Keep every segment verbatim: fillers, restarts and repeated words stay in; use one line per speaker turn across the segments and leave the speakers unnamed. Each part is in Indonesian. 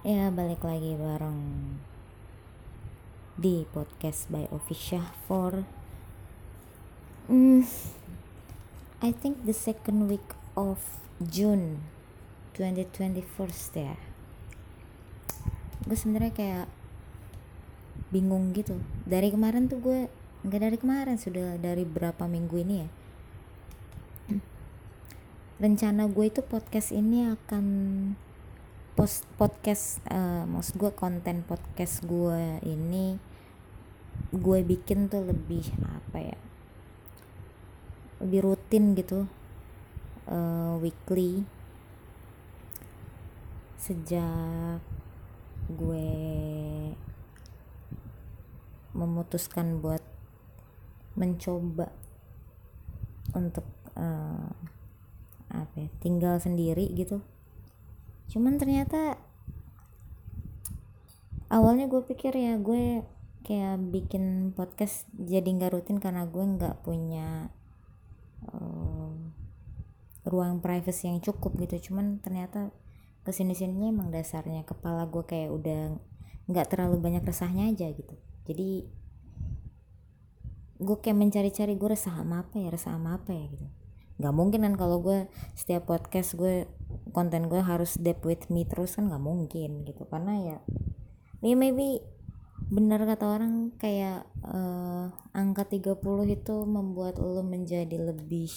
Ya, balik lagi bareng di podcast by Official for mm, I think the second week of June twenty twenty-one ya. Gue sebenarnya kayak bingung gitu. Dari kemarin tuh gue nggak dari kemarin sudah dari berapa minggu ini ya. Rencana gue itu podcast ini akan post podcast uh, maksud gue konten podcast gue ini gue bikin tuh lebih apa ya, lebih rutin gitu, uh, weekly. Sejak gue memutuskan buat mencoba untuk uh, apa ya, tinggal sendiri gitu. Cuman ternyata awalnya gue pikir ya gue kayak bikin podcast jadi nggak rutin karena gue nggak punya uh, ruang privacy yang cukup gitu. Cuman ternyata kesini-sininya emang dasarnya kepala gue kayak udah nggak terlalu banyak resahnya aja gitu. Jadi gue kayak mencari-cari gue resah sama apa ya resah sama apa ya gitu. Nggak mungkin kan kalau gue setiap podcast gue konten gue harus depth with me terus, kan nggak mungkin gitu. Karena ya ya maybe benar kata orang kayak uh, angka tiga puluh itu membuat lo menjadi lebih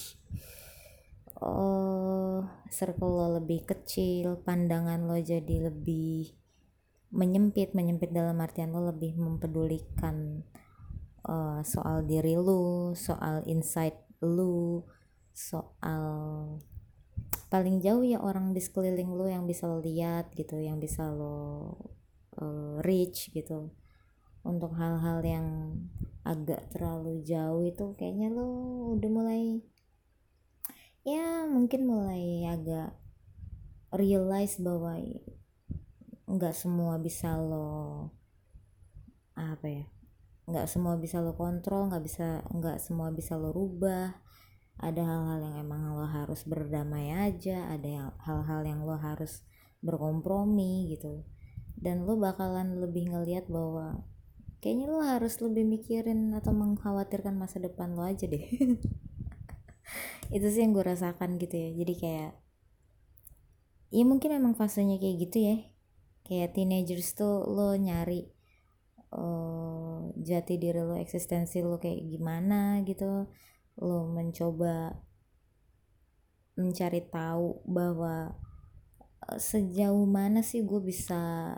uh, circle lo lebih kecil, pandangan lo jadi lebih menyempit menyempit dalam artian lo lebih mempedulikan uh, soal diri lu, soal insight lu, soal paling jauh ya orang di sekeliling lu yang bisa lo lihat gitu, yang bisa lo uh, reach gitu. Untuk hal-hal yang agak terlalu jauh itu kayaknya lo udah mulai ya mungkin mulai agak realize bahwa nggak semua bisa lo apa ya nggak semua bisa lo kontrol, nggak bisa nggak semua bisa lo rubah. Ada hal-hal yang emang lo harus berdamai aja, ada yang, hal-hal yang lo harus berkompromi gitu. Dan lo bakalan lebih ngelihat bahwa kayaknya lo harus lebih mikirin atau mengkhawatirkan masa depan lo aja deh. Itu sih yang gue rasakan gitu ya. Jadi kayak ya mungkin emang fasenya kayak gitu ya, kayak teenagers tuh lo nyari uh, jati diri lo, eksistensi lo kayak gimana gitu. Lo mencoba mencari tahu bahwa uh, sejauh mana sih gue bisa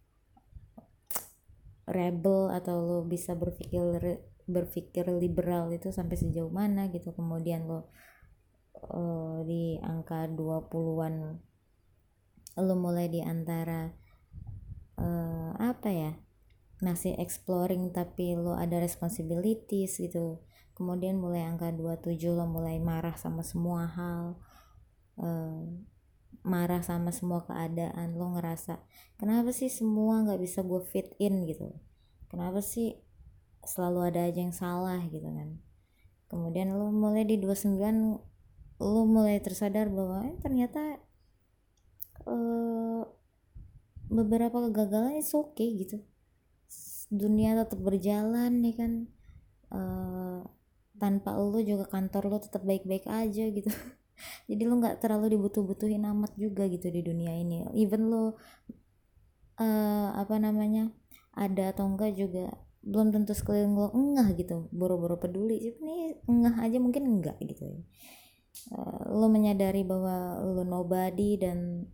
rebel atau lo bisa berpikir berpikir liberal itu sampai sejauh mana gitu. Kemudian lo uh, di angka dua puluhan lo mulai di antara uh, apa ya masih exploring tapi lo ada responsibilities gitu. Kemudian mulai angka dua puluh tujuh lo mulai marah sama semua hal, uh, marah sama semua keadaan. Lo ngerasa kenapa sih semua nggak bisa gue fit in gitu, kenapa sih selalu ada aja yang salah gitu kan. Kemudian lo mulai di dua puluh sembilan lo mulai tersadar bahwa eh, ternyata uh, beberapa kegagalan itu oke okay, gitu. Dunia tetap berjalan ya kan, uh, tanpa lo juga kantor lo tetap baik-baik aja gitu. Jadi lo nggak terlalu dibutuh-butuhin amat juga gitu di dunia ini. Even lo uh, apa namanya ada atau enggak juga belum tentu sekeliling lo enggak gitu, boro-boro peduli. Ini enggak aja mungkin enggak gitu ya. Uh, lo menyadari bahwa lo nobody dan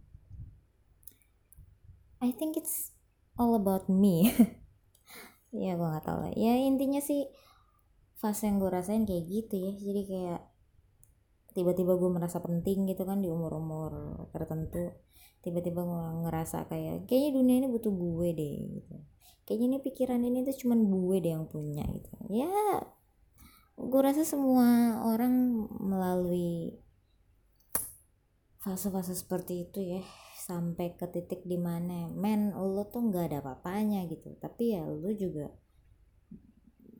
I think it's all about me. Ya gue nggak tahu lah ya, intinya sih fase yang gue rasain kayak gitu ya. Jadi kayak tiba-tiba gue merasa penting gitu kan di umur-umur tertentu. Tiba-tiba gue ngerasa kayak kayaknya dunia ini butuh gue deh gitu. Kayaknya ini pikiran ini tuh cuman gue deh yang punya gitu. Ya gue rasa semua orang melalui fase-fase seperti itu ya, sampai ke titik dimana men lo tuh nggak ada apa-apanya gitu, tapi ya lo juga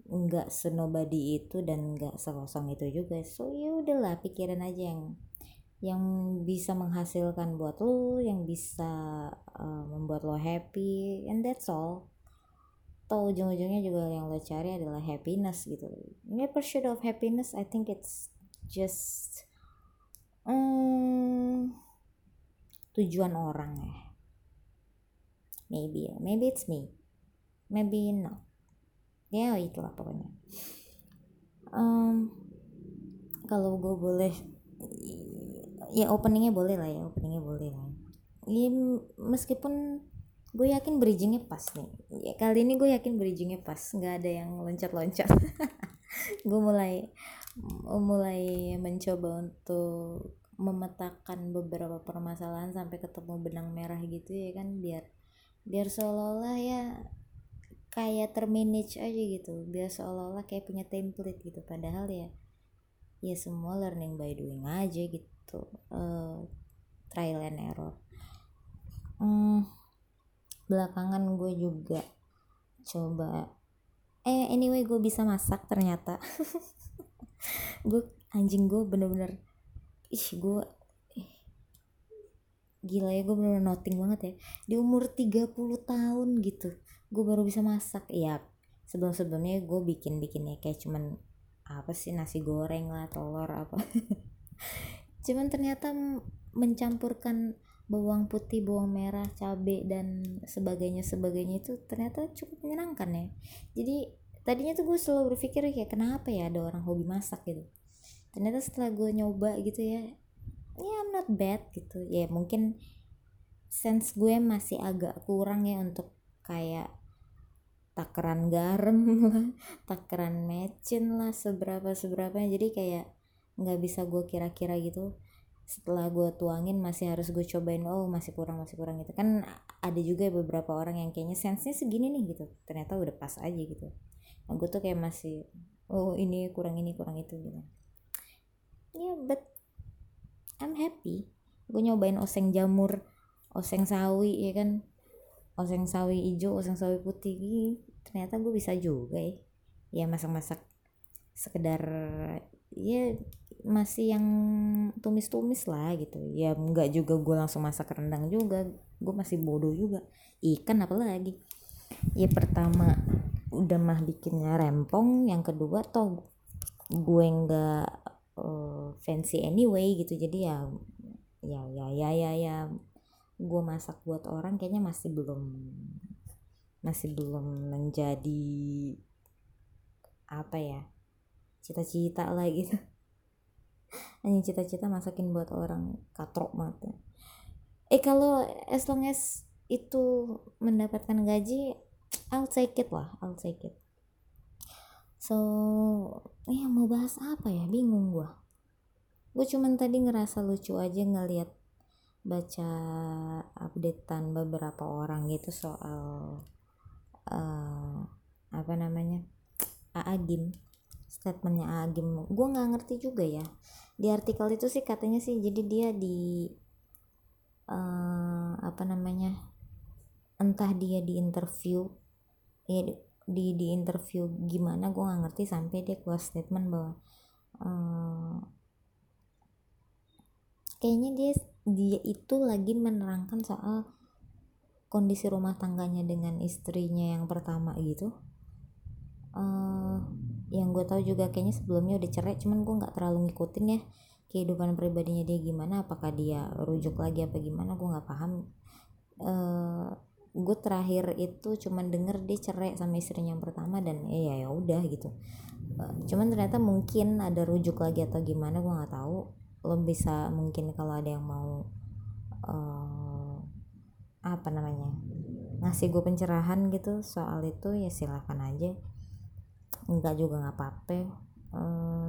nggak senobody itu dan nggak sekosong itu juga. So ya udahlah, pikiran aja yang yang bisa menghasilkan buat lo, yang bisa uh, membuat lo happy, and that's all. Atau ujung-ujungnya juga yang lo cari adalah happiness gitu. Ini pursuit of happiness, I think it's just um, tujuan orang ya. Maybe ya, maybe it's me, maybe not. Ya itulah pokoknya. Um, kalau gue boleh, ya openingnya boleh lah ya, openingnya boleh lah. Ya, meskipun gue yakin bridgingnya pas nih. Ya, kali ini gue yakin bridgingnya pas, nggak ada yang loncat-loncat. gue mulai mulai mencoba untuk memetakan beberapa permasalahan sampai ketemu benang merah gitu ya kan, biar biar seolah-olah ya kayak termanage aja gitu, biar seolah-olah kayak punya template gitu, padahal ya ya semua learning by doing aja gitu, uh, trial and error. hmm, belakangan gue juga coba eh anyway gue bisa masak ternyata. gue anjing gue bener-bener ih gue eh, gila ya, gue bener-bener noting banget ya, di umur tiga puluh tahun gitu gue baru bisa masak. Ya sebelum-sebelumnya gue bikin-bikinnya kayak cuman apa sih, nasi goreng lah, telur apa. cuman ternyata mencampurkan bawang putih, bawang merah, cabai dan sebagainya sebagainya itu ternyata cukup menyenangkan ya. Jadi tadinya tuh gue selalu berpikir kayak kenapa ya ada orang hobi masak gitu, ternyata setelah gue nyoba gitu ya, ya I'm not bad gitu ya. Mungkin sense gue masih agak kurang ya untuk kayak takaran garam lah, takaran mecin lah, seberapa seberapanya, jadi kayak nggak bisa gue kira-kira gitu. Setelah gue tuangin masih harus gue cobain, oh masih kurang masih kurang gitu kan. Ada juga beberapa orang yang kayaknya sense-nya segini nih gitu, ternyata udah pas aja gitu. Nah gue tuh kayak masih oh ini kurang ini kurang itu gitu. Ya yeah, but I'm happy. Gue nyobain oseng jamur, oseng sawi ya kan, oseng sawi hijau, oseng sawi putih gitu. Ternyata gue bisa juga ya. Ya masak-masak sekedar ya masih yang tumis-tumis lah gitu. Ya enggak juga gue langsung masak rendang juga. Gue masih bodoh juga. Ikan apalagi. Ya pertama udah mah bikinnya rempong, yang kedua toh gue enggak uh, fancy anyway gitu. Jadi ya ya ya ya ya ya gue masak buat orang kayaknya masih belum masih belum menjadi apa ya, cita-cita lah gitu. Hanya cita-cita masakin buat orang, katrok mata. Eh kalau as long as itu mendapatkan gaji, I'll take it lah, I'll take it. So ya mau bahas apa ya, bingung gue. Gue cuman tadi ngerasa lucu aja ngeliat baca updatean beberapa orang gitu soal uh, apa namanya A'agim, statementnya A'agim. Gue nggak ngerti juga ya di artikel itu sih, katanya sih jadi dia di uh, apa namanya entah dia di interview ya di di, di interview gimana gue nggak ngerti sampai dia keluar statement bahwa uh, kayaknya dia dia itu lagi menerangkan soal kondisi rumah tangganya dengan istrinya yang pertama gitu. Uh, yang gue tahu juga kayaknya sebelumnya udah cerai, cuman gue nggak terlalu ngikutin ya kehidupan pribadinya dia gimana, apakah dia rujuk lagi apa gimana, gue nggak paham. Uh, gue terakhir itu cuman denger dia cerai sama istrinya yang pertama dan eh, ya ya udah gitu. Uh, cuman ternyata mungkin ada rujuk lagi atau gimana gue nggak tahu. Lo bisa mungkin kalau ada yang mau uh, apa namanya ngasih gue pencerahan gitu soal itu ya silahkan aja, enggak juga nggak apa-apa. uh,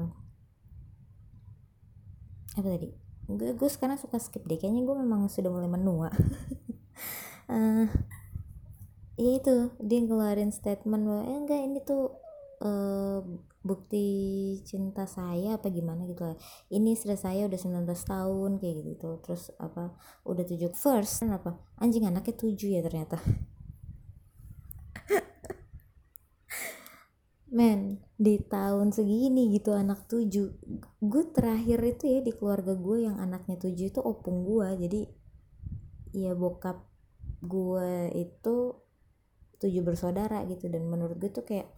apa tadi gue, gue sekarang suka skip deh, kayaknya gue memang sudah mulai menua. uh, ya itu dia ngeluarin statement bahwa eh enggak ini tuh uh, bukti cinta saya apa gimana gitu lah, ini istri saya udah sembilan belas tahun kayak gitu. Terus apa udah tujuh first apa anjing anaknya tujuh ya ternyata. men di tahun segini gitu anak tujuh, gue terakhir itu ya di keluarga gue yang anaknya tujuh itu opung gue. Jadi ya bokap gue itu tujuh bersaudara gitu, dan menurut gue tuh kayak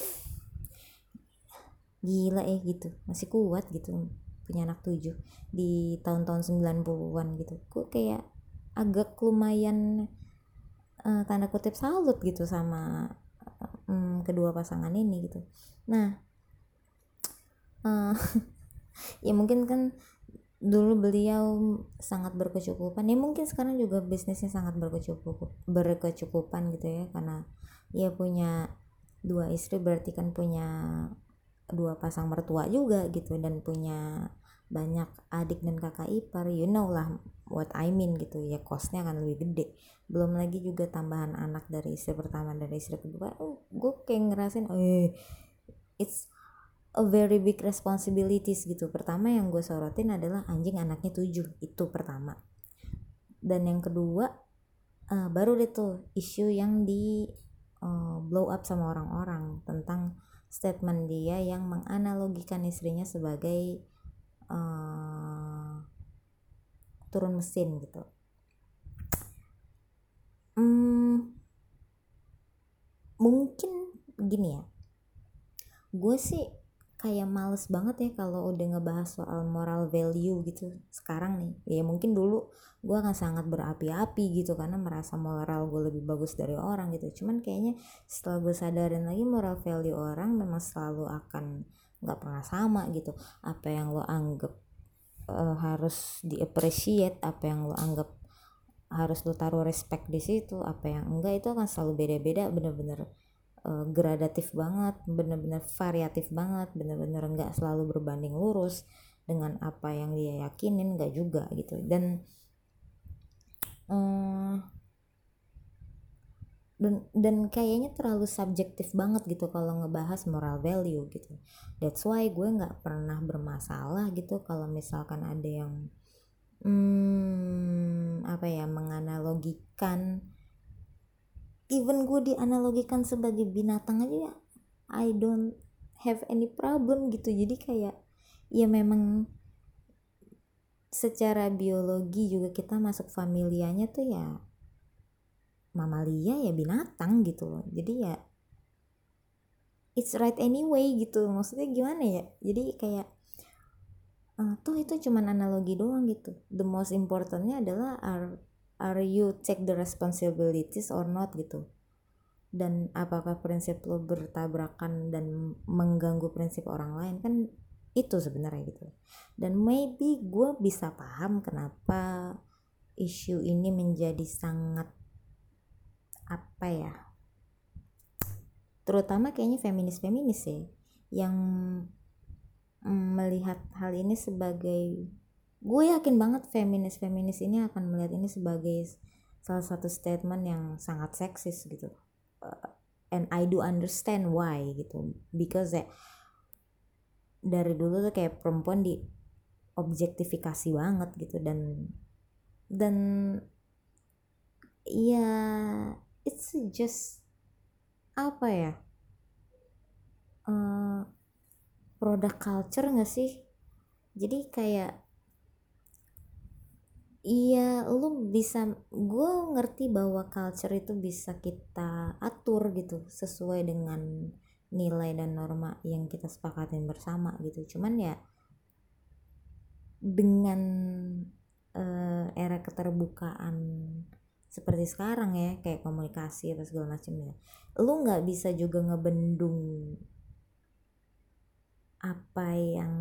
gila ya gitu, masih kuat gitu punya anak tujuh di tahun-tahun sembilan puluhan gitu. Gue kayak agak lumayan uh, tanda kutip salut gitu sama um, kedua pasangan ini gitu. Nah uh, ya mungkin kan dulu beliau sangat berkecukupan, ya mungkin sekarang juga bisnisnya sangat berkecukup berkecukupan gitu ya, karena ya punya dua istri, berarti kan punya dua pasang mertua juga gitu, dan punya banyak adik dan kakak ipar, you know lah what I mean gitu ya, costnya akan lebih gede. Belum lagi juga tambahan anak dari istri pertama, dari istri kedua. Oh, gue kayak ngerasain eh it's a very big responsibilities gitu. Pertama yang gue sorotin adalah anjing anaknya tujuh, itu pertama. Dan yang kedua uh, baru deh tuh isu yang di uh, blow up sama orang-orang tentang statement dia yang menganalogikan istrinya sebagai uh, turun mesin gitu. Hmm, mungkin gini ya, gue sih kayak males banget ya kalau udah ngebahas soal moral value gitu sekarang nih. Ya mungkin dulu gue akan sangat berapi-api gitu karena merasa moral gue lebih bagus dari orang gitu. Cuman kayaknya setelah gue sadarin lagi, moral value orang memang selalu akan gak pernah sama gitu. Apa yang lo anggap uh, harus di appreciate, apa yang lo anggap harus lo taruh respect di situ, apa yang enggak, itu akan selalu beda-beda, bener-bener uh, gradatif banget, bener-bener variatif banget, bener-bener enggak selalu berbanding lurus dengan apa yang dia yakinin, enggak juga gitu. Dan uh, dan dan kayaknya terlalu subjektif banget gitu kalau ngebahas moral value gitu. That's why gue nggak pernah bermasalah gitu kalau misalkan ada yang hmm, apa ya, menganalogikan, even gue dianalogikan sebagai binatang aja ya, I don't have any problem gitu. Jadi kayak ya memang secara biologi juga kita masuk familianya tuh ya mamalia, ya binatang gitu loh. Jadi ya it's right anyway gitu, maksudnya gimana ya, jadi kayak uh, toh itu cuman analogi doang gitu. The most importantnya adalah are are you take the responsibilities or not gitu, dan apakah prinsip lo bertabrakan dan mengganggu prinsip orang lain, kan itu sebenarnya gitu. Dan maybe gue bisa paham kenapa isu ini menjadi sangat apa ya, terutama kayaknya feminis-feminis ya yang mm, melihat hal ini sebagai, gue yakin banget feminis-feminis ini akan melihat ini sebagai salah satu statement yang sangat seksis gitu. Uh, and I do understand why gitu, because ya, dari dulu tuh kayak perempuan di objektifikasi banget gitu, dan dan ya it's just apa ya, uh, produk culture gak sih? Jadi kayak iya, lu bisa, gue ngerti bahwa culture itu bisa kita atur gitu sesuai dengan nilai dan norma yang kita sepakatin bersama gitu. Cuman ya dengan uh, era keterbukaan seperti sekarang ya, kayak komunikasi atau segala macam ya, lu nggak bisa juga ngebendung apa yang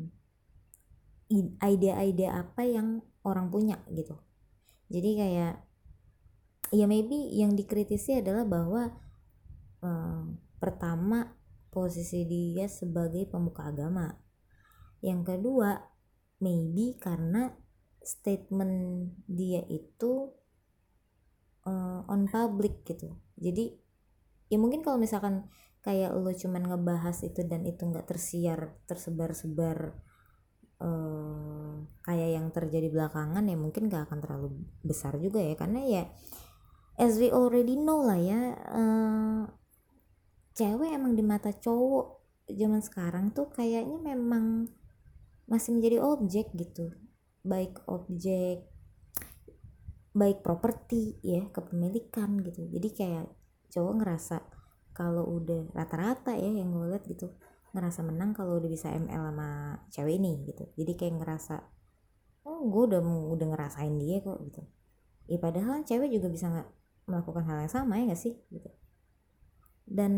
ide-ide apa yang orang punya gitu. Jadi kayak ya maybe yang dikritisi adalah bahwa eh, pertama posisi dia sebagai pemuka agama, yang kedua maybe karena statement dia itu uh, on public gitu. Jadi ya mungkin kalau misalkan kayak lo cuman ngebahas itu dan itu nggak tersiar, tersebar-sebar uh, kayak yang terjadi belakangan, ya mungkin nggak akan terlalu besar juga ya, karena ya as we already know lah ya, uh, cewek emang di mata cowok zaman sekarang tuh kayaknya memang masih menjadi objek gitu, baik objek, baik properti ya, kepemilikan gitu. Jadi kayak cowok ngerasa kalau udah rata-rata ya yang gue liat gitu, ngerasa menang kalau udah bisa M L sama cewek ini gitu. Jadi kayak ngerasa, oh gue udah udah ngerasain dia kok gitu. Ya padahal cewek juga bisa nggak melakukan hal yang sama ya nggak sih gitu. Dan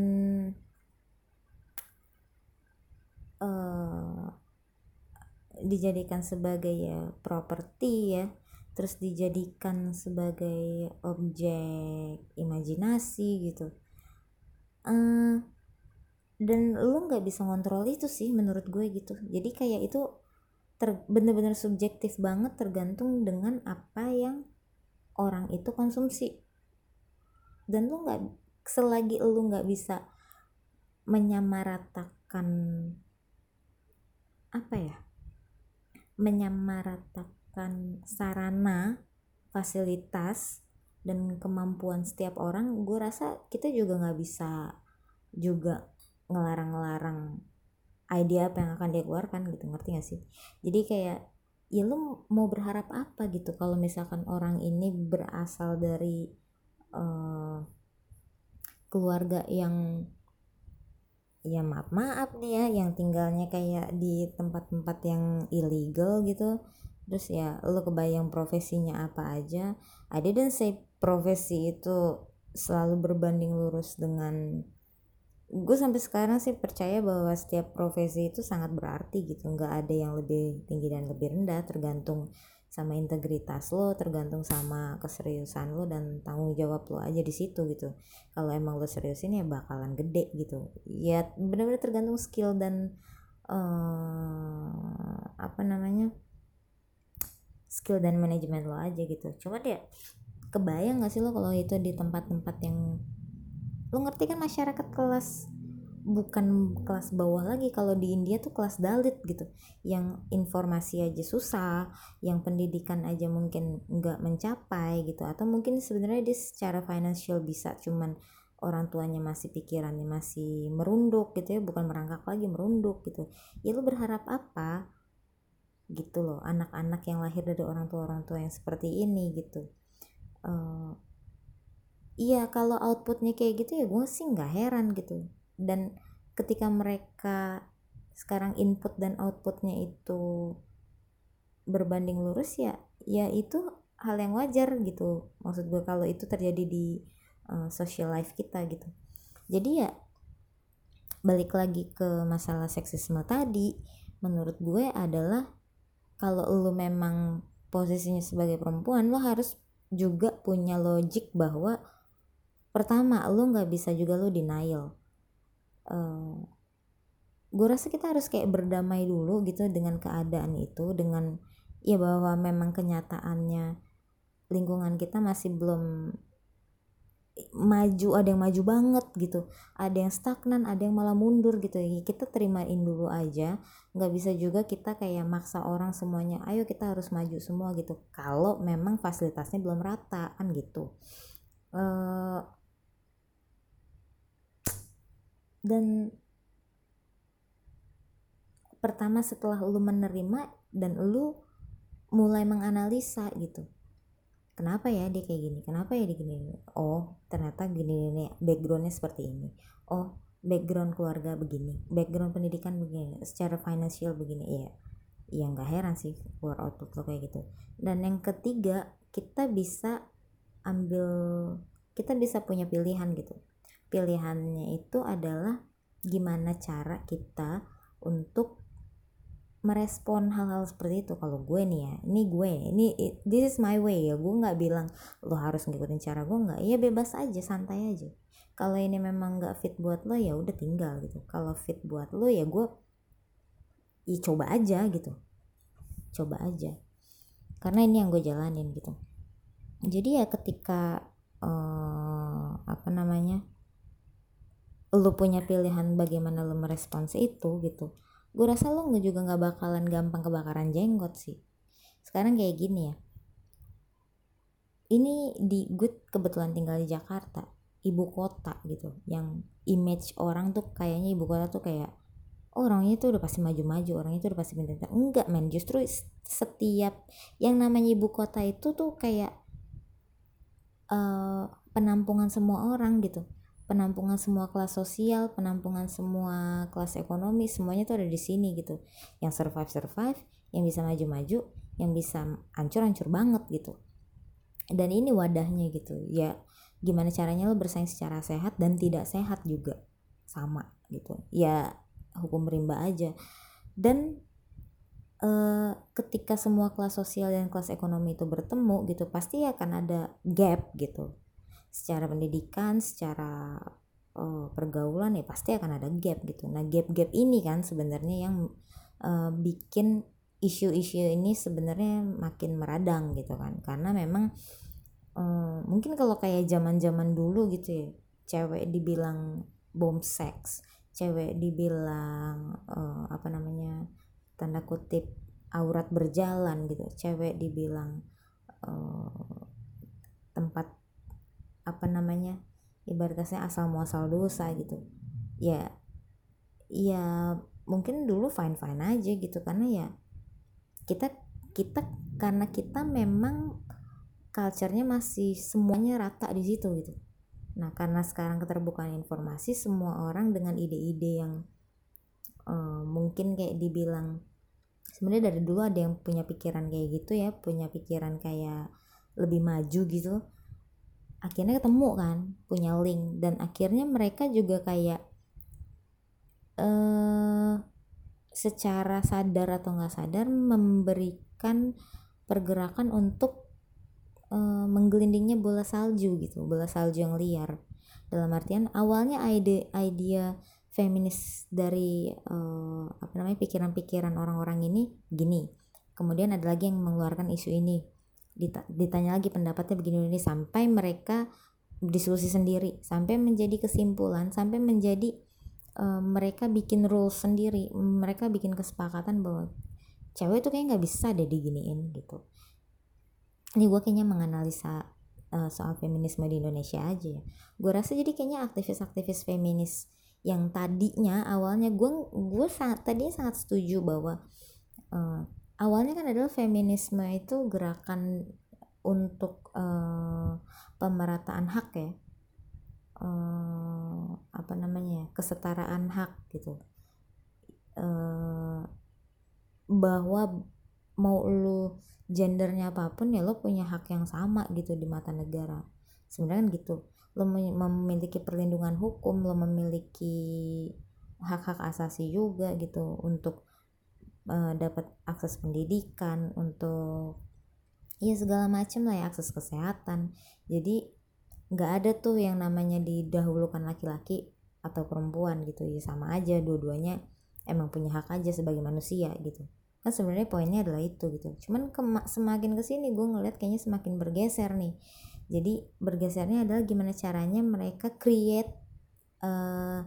uh, dijadikan sebagai ya properti ya, terus dijadikan sebagai objek imajinasi gitu. uh, dan lu nggak bisa ngontrol itu sih menurut gue gitu. Jadi kayak itu ter, bener-bener subjektif banget, tergantung dengan apa yang orang itu konsumsi. Dan lu nggak, selagi lu nggak bisa menyamaratakan apa ya, menyamaratakan sarana, fasilitas, dan kemampuan setiap orang, gue rasa kita juga nggak bisa juga ngelarang-ngelarang ide apa yang akan dia keluarkan gitu, ngerti gak sih? Jadi kayak ya lu mau berharap apa gitu kalau misalkan orang ini berasal dari uh, keluarga yang ya maaf maaf nih ya, yang tinggalnya kayak di tempat-tempat yang ilegal gitu. Terus ya lu kebayang profesinya apa aja. Ada dan say profesi itu selalu berbanding lurus dengan, gue sampai sekarang sih percaya bahwa setiap profesi itu sangat berarti gitu, nggak ada yang lebih tinggi dan lebih rendah, tergantung sama integritas lo, tergantung sama keseriusan lo dan tanggung jawab lo aja di situ gitu. Kalau emang lo seriusin ya bakalan gede gitu ya, benar-benar tergantung skill dan uh, apa namanya, skill dan manajemen lo aja gitu. Cuma dia kebayang gak sih lo kalau itu di tempat-tempat yang lo ngerti kan, masyarakat kelas bukan kelas bawah lagi, kalau di India tuh kelas dalit gitu, yang informasi aja susah, yang pendidikan aja mungkin nggak mencapai gitu, atau mungkin sebenarnya dia secara financial bisa, cuman orang tuanya masih pikirannya masih merunduk gitu ya, bukan merangkak lagi, merunduk gitu. Ya lu berharap apa gitu loh, anak-anak yang lahir dari orang tua-orang tua yang seperti ini gitu. uh, Iya, kalau outputnya kayak gitu ya gue sih nggak heran gitu. Dan ketika mereka sekarang input dan outputnya itu berbanding lurus ya, ya itu hal yang wajar gitu. Maksud gue kalau itu terjadi di uh, social life kita gitu. Jadi ya balik lagi ke masalah seksisme tadi, menurut gue adalah kalau lu memang posisinya sebagai perempuan, lo harus juga punya logik bahwa pertama lo nggak bisa juga lo denial. uh, gue rasa kita harus kayak berdamai dulu gitu dengan keadaan itu, dengan ya bahwa memang kenyataannya lingkungan kita masih belum maju, ada yang maju banget gitu, ada yang stagnan, ada yang malah mundur gitu ya. Kita terimain dulu aja, nggak bisa juga kita kayak maksa orang semuanya ayo kita harus maju semua gitu kalau memang fasilitasnya belum rata kan gitu. uh, dan pertama setelah lu menerima dan lu mulai menganalisa gitu, kenapa ya dia kayak gini, kenapa ya dia gini, oh ternyata gini nih backgroundnya seperti ini, oh background keluarga begini, background pendidikan begini, secara financial begini, ya ya nggak heran sih keluar output lo kayak gitu. Dan yang ketiga, kita bisa ambil, kita bisa punya pilihan gitu. Pilihannya itu adalah gimana cara kita untuk merespon hal-hal seperti itu. Kalau gue nih ya, ini gue, ini this is my way ya, gue nggak bilang lo harus ngikutin cara gue, nggak, ya bebas aja, santai aja. Kalau ini memang nggak fit buat lo ya udah tinggal gitu, kalau fit buat lo ya gue ya coba aja gitu, coba aja, karena ini yang gue jalanin gitu. Jadi ya ketika uh, apa namanya, lo punya pilihan bagaimana lo merespons itu gitu, gue rasa lo nggak juga nggak bakalan gampang kebakaran jenggot sih. Sekarang kayak gini ya, ini di gue kebetulan tinggal di Jakarta, ibu kota gitu, yang image orang tuh kayaknya ibu kota tuh kayak oh, orangnya itu udah pasti maju-maju, orangnya itu udah pasti pintar. Enggak men, justru setiap yang namanya ibu kota itu tuh kayak uh, penampungan semua orang gitu, penampungan semua kelas sosial, penampungan semua kelas ekonomi, semuanya tuh ada di sini gitu. Yang survive survive, yang bisa maju-maju, yang bisa hancur-hancur banget gitu. Dan ini wadahnya gitu ya, gimana caranya lo bersaing secara sehat dan tidak sehat juga sama gitu ya, hukum rimba aja. Dan uh, ketika semua kelas sosial dan kelas ekonomi itu bertemu gitu, pasti akan ada gap gitu, secara pendidikan, secara uh, pergaulan ya pasti akan ada gap gitu. Nah gap-gap ini kan sebenarnya yang uh, bikin isu-isu ini sebenarnya makin meradang gitu kan, karena memang um, mungkin kalau kayak zaman-zaman dulu gitu ya, cewek dibilang bom seks, cewek dibilang uh, apa namanya, tanda kutip aurat berjalan gitu, cewek dibilang uh, tempat apa namanya, ibaratnya asal muasal dosa gitu ya. Ya mungkin dulu fine fine aja gitu, karena ya kita kita karena kita memang culture-nya masih semuanya rata di situ gitu. Nah karena sekarang keterbukaan informasi, semua orang dengan ide-ide yang uh, mungkin kayak dibilang sebenarnya dari dulu ada yang punya pikiran kayak gitu ya, punya pikiran kayak lebih maju gitu, akhirnya ketemu kan, punya link, dan akhirnya mereka juga kayak uh, secara sadar atau nggak sadar memberikan pergerakan untuk uh, menggelindingnya bola salju gitu, bola salju yang liar. Dalam artian awalnya ide idea feminis dari uh, apa namanya, pikiran-pikiran orang-orang ini gini, kemudian ada lagi yang mengeluarkan isu ini, ditanya lagi pendapatnya begini ini, sampai mereka diskusi sendiri, sampai menjadi kesimpulan, sampai menjadi Uh, mereka bikin rules sendiri, mereka bikin kesepakatan bahwa cewek itu kayak nggak bisa deh diginiin gitu. Ini gue kayaknya menganalisa uh, soal feminisme di Indonesia aja ya. Gue rasa jadi kayaknya aktivis-aktivis feminis yang tadinya awalnya gue gue sangat tadinya sangat setuju bahwa uh, awalnya kan adalah feminisme itu gerakan untuk uh, pemerataan hak ya, Uh, apa namanya, kesetaraan hak gitu, uh, bahwa mau lu gendernya apapun ya lo punya hak yang sama gitu di mata negara. Sebenarnya kan gitu, lo memiliki perlindungan hukum, lo memiliki hak-hak asasi juga gitu, untuk uh, dapat akses pendidikan, untuk ya segala macam lah ya, akses kesehatan. Jadi nggak ada tuh yang namanya didahulukan laki-laki atau perempuan gitu ya, sama aja, dua-duanya emang punya hak aja sebagai manusia gitu kan. Sebenarnya poinnya adalah itu gitu. Cuman ke- semakin kesini gue ngeliat kayaknya semakin bergeser nih. Jadi bergesernya adalah gimana caranya mereka create uh,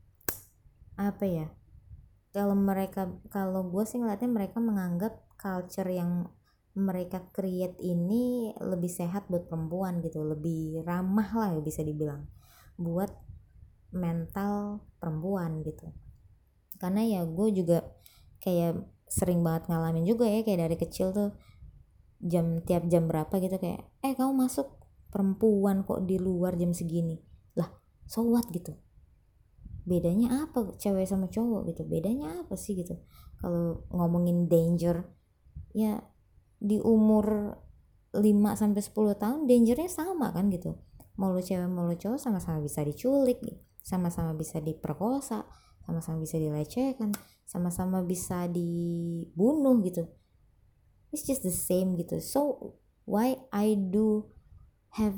apa ya, kalau mereka kalau gue sih ngeliatnya mereka menganggap culture yang mereka create ini lebih sehat buat perempuan gitu, lebih ramah lah bisa dibilang buat mental perempuan gitu. Karena ya gue juga kayak sering banget ngalamin juga ya, kayak dari kecil tuh jam tiap jam berapa gitu kayak eh kamu masuk, perempuan kok di luar jam segini, lah so what gitu, bedanya apa cewek sama cowok gitu, bedanya apa sih gitu. Kalau ngomongin danger ya di umur lima sampai sepuluh tahun dangernya sama kan gitu, mau lu cewek mau lu cowok sama-sama bisa diculik gitu, sama-sama bisa diperkosa, sama-sama bisa dilecehkan, sama-sama bisa dibunuh gitu, it's just the same gitu. So why I do have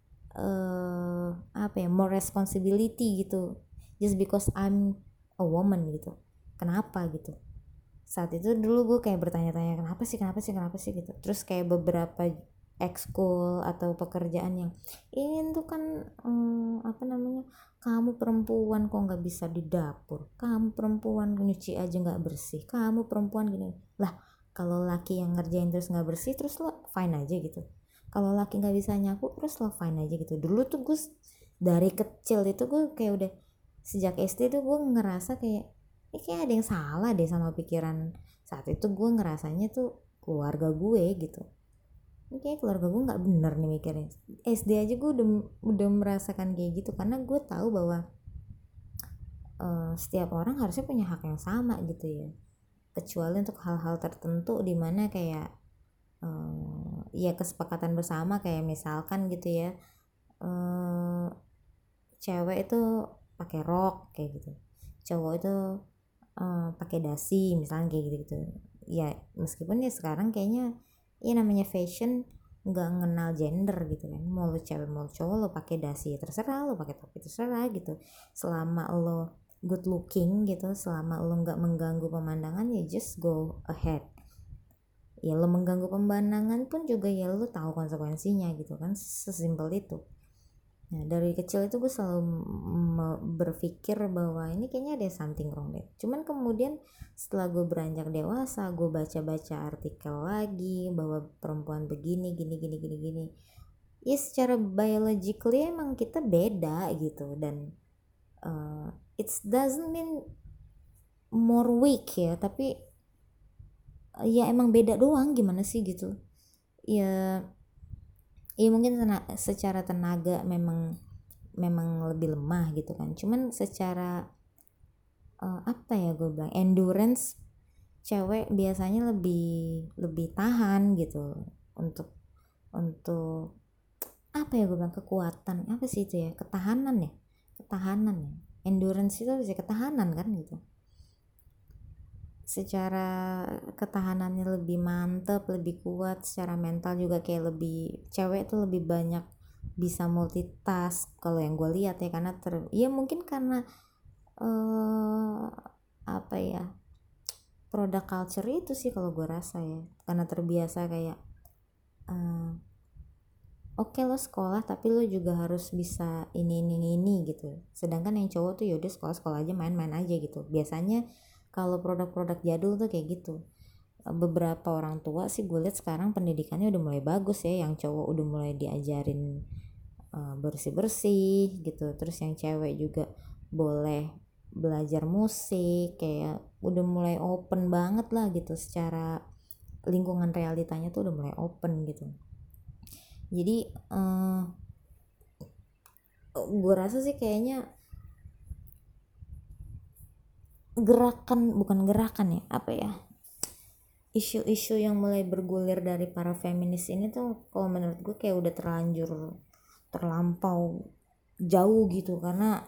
uh, apa ya, more responsibility gitu just because I'm a woman gitu, kenapa gitu. Saat itu dulu gue kayak bertanya-tanya kenapa sih kenapa sih kenapa sih gitu. Terus kayak beberapa ekskul atau pekerjaan yang ini tuh kan hmm, apa namanya, kamu perempuan kok nggak bisa di dapur, kamu perempuan nyuci aja nggak bersih, kamu perempuan gini lah. Kalau laki yang ngerjain terus nggak bersih terus lo fine aja gitu, kalau laki nggak bisa nyapu terus lo fine aja gitu. Dulu tuh gue dari kecil itu gue kayak udah sejak S D tuh gue ngerasa kayak ini kayak ada yang salah deh sama pikiran. Saat itu gue ngerasanya tuh keluarga gue gitu, ini kayak keluarga gue nggak bener nih mikirnya. S D aja gue udah udah merasakan kayak gitu, karena gue tahu bahwa uh, setiap orang harusnya punya hak yang sama gitu ya, kecuali untuk hal-hal tertentu dimana kayak uh, ya kesepakatan bersama, kayak misalkan gitu ya, uh, cewek itu pakai rok kayak gitu, cowok itu uh, pakai dasi misalnya kayak gitu gitu ya. Meskipun ya sekarang kayaknya ya namanya fashion nggak ngenal gender gitu kan, mau lo cewek mau cowok lo pakai dasi ya terserah, lo pakai topi terserah gitu, selama lo good looking gitu, selama lo nggak mengganggu pemandangan ya just go ahead. Ya lo mengganggu pemandangan pun juga ya lo tahu konsekuensinya gitu kan, sesimpel itu. Nah dari kecil itu gue selalu berpikir bahwa ini kayaknya ada something wrong deh. Cuman kemudian setelah gue beranjak dewasa, gue baca-baca artikel lagi bahwa perempuan begini gini gini gini gini. Ya secara biologically emang kita beda gitu, dan uh, it doesn't mean more weak ya, tapi uh, ya emang beda doang, gimana sih gitu. Ya ya mungkin tena- secara tenaga memang memang lebih lemah gitu kan, cuman secara uh, apa ya gue bilang endurance, cewek biasanya lebih lebih tahan gitu, untuk untuk apa ya gue bilang kekuatan apa sih itu ya, ketahanan ya, ketahanan ya, endurance itu bisa ketahanan kan gitu, secara ketahanannya lebih mantep, lebih kuat, secara mental juga kayak lebih, cewek tuh lebih banyak bisa multitask kalau yang gue lihat ya, karena ter ya mungkin karena uh, apa ya, produk culture itu sih kalau gue rasa ya, karena terbiasa kayak uh, oke okay, lo sekolah tapi lo juga harus bisa ini ini ini gitu, sedangkan yang cowok tuh yaudah sekolah sekolah aja, main-main aja gitu biasanya. Kalau produk-produk jadul tuh kayak gitu. Beberapa orang tua sih gue lihat sekarang pendidikannya udah mulai bagus ya, yang cowok udah mulai diajarin uh, bersih-bersih gitu, terus yang cewek juga boleh belajar musik, kayak udah mulai open banget lah gitu, secara lingkungan realitanya tuh udah mulai open gitu. Jadi uh, gue rasa sih kayaknya gerakan, bukan gerakan ya, apa ya, isu-isu yang mulai bergulir dari para feminis ini tuh kalau menurut gue kayak udah terlanjur terlampau jauh gitu. Karena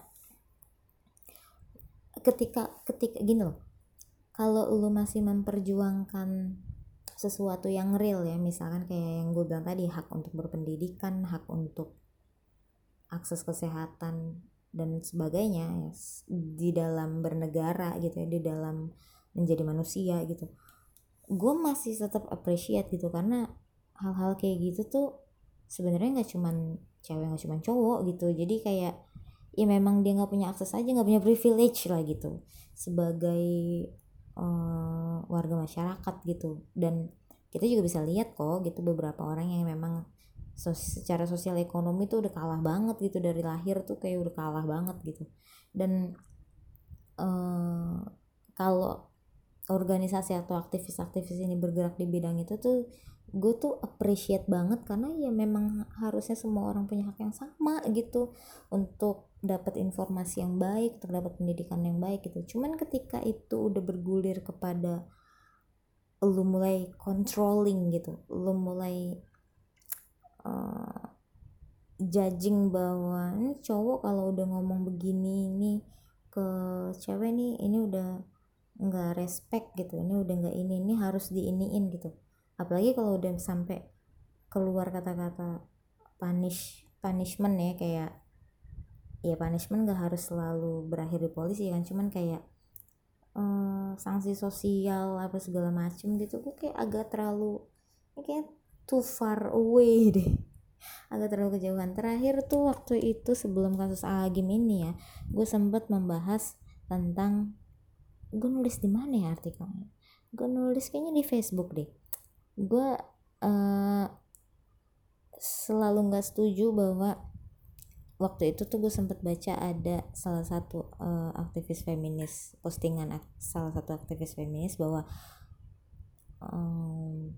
ketika ketika gini loh, kalau lu masih memperjuangkan sesuatu yang real ya, misalkan kayak yang gue bilang tadi, hak untuk berpendidikan, hak untuk akses kesehatan dan sebagainya ya, di dalam bernegara gitu ya, di dalam menjadi manusia gitu, gue masih tetap appreciate gitu, karena hal-hal kayak gitu tuh sebenarnya nggak cuman cewek, nggak cuman cowok gitu. Jadi kayak ya memang dia nggak punya akses aja, nggak punya privilege lah gitu sebagai uh, warga masyarakat gitu. Dan kita juga bisa lihat kok gitu beberapa orang yang memang sos- secara sosial ekonomi tuh udah kalah banget gitu, dari lahir tuh kayak udah kalah banget gitu. Dan uh, kalau organisasi atau aktivis-aktivis ini bergerak di bidang itu tuh gue tuh appreciate banget, karena ya memang harusnya semua orang punya hak yang sama gitu untuk dapat informasi yang baik, untuk dapat pendidikan yang baik gitu. Cuman ketika itu udah bergulir kepada lu mulai controlling gitu, lu mulai uh, judging bahwa ini cowok kalau udah ngomong begini nih ke cewek nih, ini udah nggak respect gitu, ini udah nggak ini ini harus diiniin gitu. Apalagi kalau udah sampai keluar kata-kata punish punishment ya, kayak ya punishment nggak harus selalu berakhir di polisi kan, cuman kayak uh, sanksi sosial apa segala macem gitu, gue kayak agak terlalu kayak too far away deh, agak terlalu kejauhan. Terakhir tuh waktu itu sebelum kasus Agim ini ya, gue sempat membahas tentang, gue nulis di mana ya artikelnya, gue nulis kayaknya di Facebook deh. Gue uh, selalu nggak setuju bahwa waktu itu tuh gue sempet baca ada salah satu uh, aktivis feminis, postingan ak- salah satu aktivis feminis bahwa um,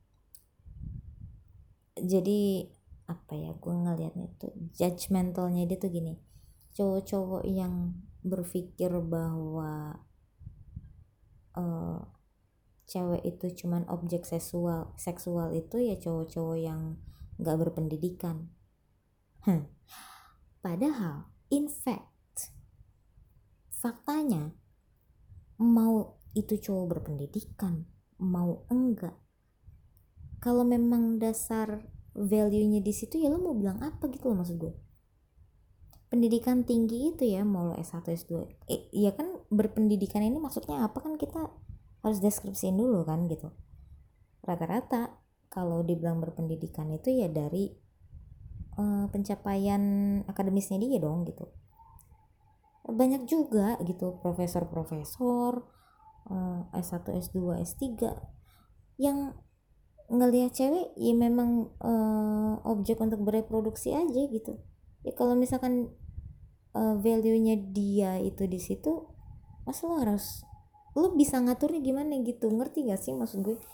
jadi apa ya, gue ngelihatnya tuh judgmentalnya dia tuh gini, cowok-cowok yang berpikir bahwa uh, cewek itu cuman objek seksual seksual itu ya cowok-cowok yang nggak berpendidikan. Hmm. Padahal in fact faktanya, mau itu cowok berpendidikan mau enggak, kalau memang dasar value-nya di situ ya lo mau bilang apa gitu loh, maksud gue. Pendidikan tinggi itu ya mau lo S satu S dua, eh, ya kan berpendidikan ini maksudnya apa kan kita harus deskripsiin dulu kan gitu. Rata-rata kalau dibilang berpendidikan itu ya dari uh, pencapaian akademisnya dia dong gitu. Banyak juga gitu profesor-profesor uh, S satu S dua S tiga yang ngelihat cewek ya memang uh, objek untuk bereproduksi aja gitu. Ya kalau misalkan uh, value-nya dia itu di situ, mas lo harus, lo bisa ngaturnya gimana gitu, ngerti gak sih maksud gue?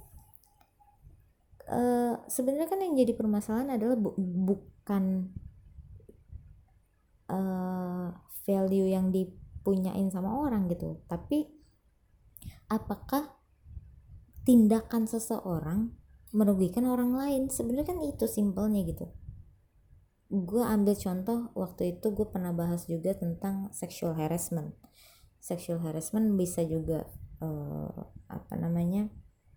Uh, sebenarnya kan yang jadi permasalahan adalah bu- bukan uh, value yang dipunyain sama orang gitu, tapi apakah tindakan seseorang merugikan orang lain. Sebenarnya kan itu simpelnya gitu. Gue ambil contoh waktu itu gue pernah bahas juga tentang sexual harassment. Sexual harassment bisa juga uh, apa namanya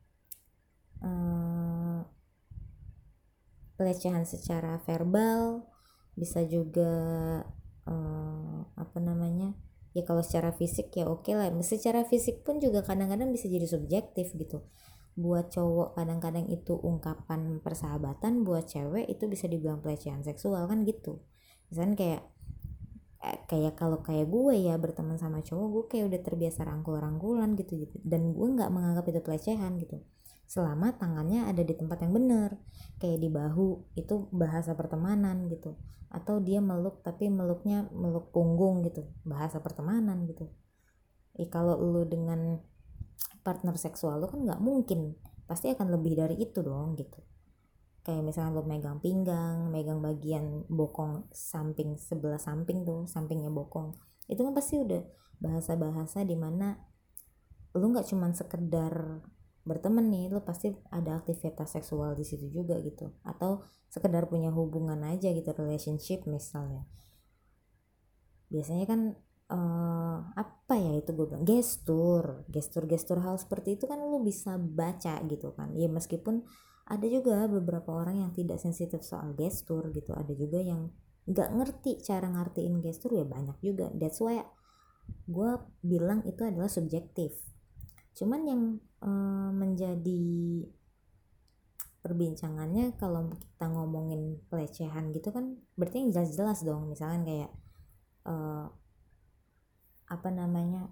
uh, pelecehan secara verbal, bisa juga uh, apa namanya ya kalau secara fisik ya oke lah. Secara fisik pun juga kadang-kadang bisa jadi subjektif gitu. Buat cowok kadang-kadang itu ungkapan persahabatan, buat cewek itu bisa dibilang pelecehan seksual kan gitu. Misalnya kayak eh, kayak kalau kayak gue ya berteman sama cowok, gue kayak udah terbiasa rangkul-rangkulan gitu gitu, dan gue nggak menganggap itu pelecehan gitu selama tangannya ada di tempat yang benar, kayak di bahu itu bahasa pertemanan gitu, atau dia meluk tapi meluknya meluk punggung gitu, bahasa pertemanan gitu. Eh kalau lu dengan partner seksual lu kan nggak mungkin, pasti akan lebih dari itu dong gitu. Kayak misalnya lu megang pinggang, megang bagian bokong samping, sebelah samping tuh, sampingnya bokong, itu kan pasti udah bahasa-bahasa dimana lu nggak cuman sekedar berteman nih, lu pasti ada aktivitas seksual di situ juga gitu, atau sekedar punya hubungan aja gitu, relationship misalnya. Biasanya kan uh, apa ya itu gue bilang gestur gestur gestur hal seperti itu kan lu bisa baca gitu kan ya, meskipun ada juga beberapa orang yang tidak sensitif soal gestur gitu, ada juga yang nggak ngerti cara ngertiin gestur ya, banyak juga. That's why gue bilang itu adalah subjektif. Cuman yang uh, menjadi perbincangannya kalau kita ngomongin pelecehan gitu kan berarti yang jelas-jelas dong, misalkan kayak uh, apa namanya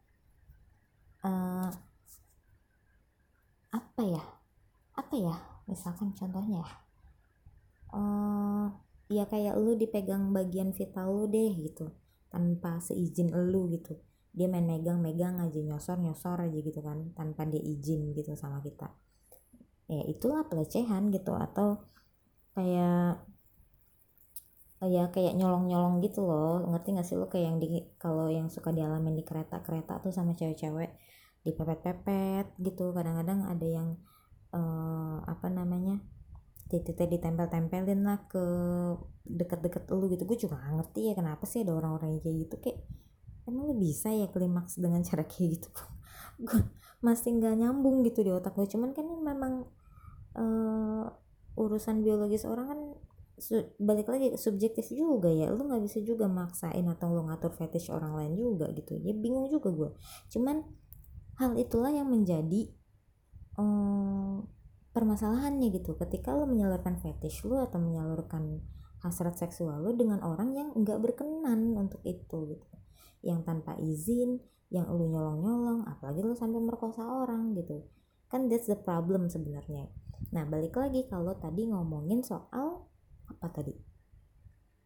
uh, apa ya apa ya misalkan contohnya uh, ya kayak lu dipegang bagian vital lu deh gitu tanpa seizin lu gitu, dia main megang-megang aja, nyosor-nyosor aja gitu kan tanpa dia izin gitu sama kita, ya itulah pelecehan gitu. Atau kayak ya kayak nyolong-nyolong gitu loh, ngerti gak sih lo, kayak yang di kalau yang suka dialamin di kereta-kereta tuh sama cewek-cewek dipepet-pepet gitu, kadang-kadang ada yang uh, apa namanya titiknya ditempel-tempelin lah ke deket-deket lu gitu. Gue juga gak ngerti ya kenapa sih ada orang-orang yang kayak gitu, kayak emang lu bisa ya klimaks dengan cara kayak gitu. Gue masih nggak nyambung gitu di otak gue. Cuman kan ini memang uh, urusan biologis orang kan su- balik lagi subjektif juga ya, lu nggak bisa juga maksain atau lu ngatur fetish orang lain juga gitu ya, bingung juga gue. Cuman hal itulah yang menjadi um, permasalahannya gitu, ketika lu menyalurkan fetish lu atau menyalurkan hasrat seksual lu dengan orang yang nggak berkenan untuk itu gitu, yang tanpa izin, yang lu nyolong-nyolong, apalagi lu sampai merkosa orang gitu kan, that's the problem sebenarnya. Nah balik lagi kalau tadi ngomongin soal apa tadi,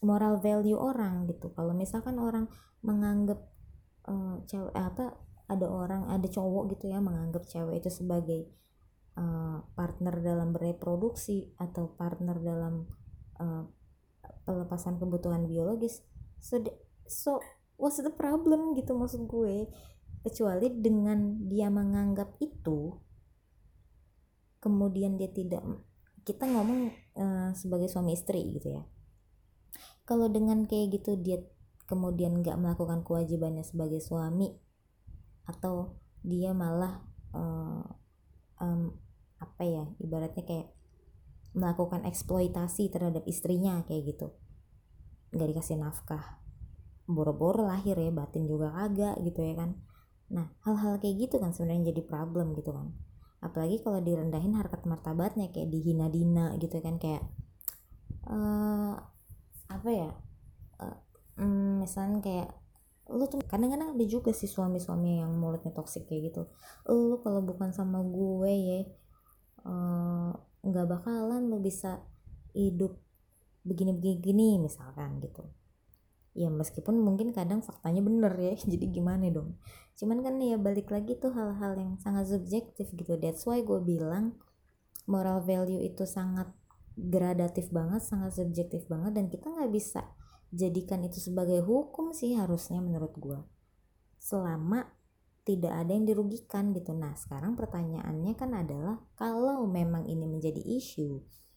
moral value orang gitu. Kalau misalkan orang menganggap uh, cewek apa ada orang ada cowok gitu ya menganggap cewek itu sebagai uh, partner dalam bereproduksi atau partner dalam uh, pelepasan kebutuhan biologis, so so what's the problem gitu maksud gue. Kecuali dengan dia menganggap itu kemudian dia tidak, kita ngomong uh, sebagai suami istri gitu ya, kalau dengan kayak gitu dia kemudian nggak melakukan kewajibannya sebagai suami atau dia malah uh, um, apa ya ibaratnya kayak melakukan eksploitasi terhadap istrinya kayak gitu, nggak dikasih nafkah, boro-boro lahir ya batin juga kagak gitu ya kan. Nah hal-hal kayak gitu kan sebenarnya jadi problem gitu kan, apalagi kalau direndahin harkat martabatnya kayak dihina-dina gitu kan, kayak uh, apa ya uh, mm, misalnya kayak lu tuh kadang-kadang ada juga sih suami-suami yang mulutnya toksik kayak gitu, lu kalau bukan sama gue ya nggak uh, bakalan lu bisa hidup begini-begini misalkan gitu. Ya meskipun mungkin kadang faktanya bener ya jadi gimana dong, cuman kan ya balik lagi tuh hal-hal yang sangat subjektif gitu. That's why gue bilang moral value itu sangat gradatif banget, sangat subjektif banget, dan kita nggak bisa jadikan itu sebagai hukum sih harusnya menurut gue, selama tidak ada yang dirugikan gitu. Nah sekarang pertanyaannya kan adalah kalau memang ini menjadi isu,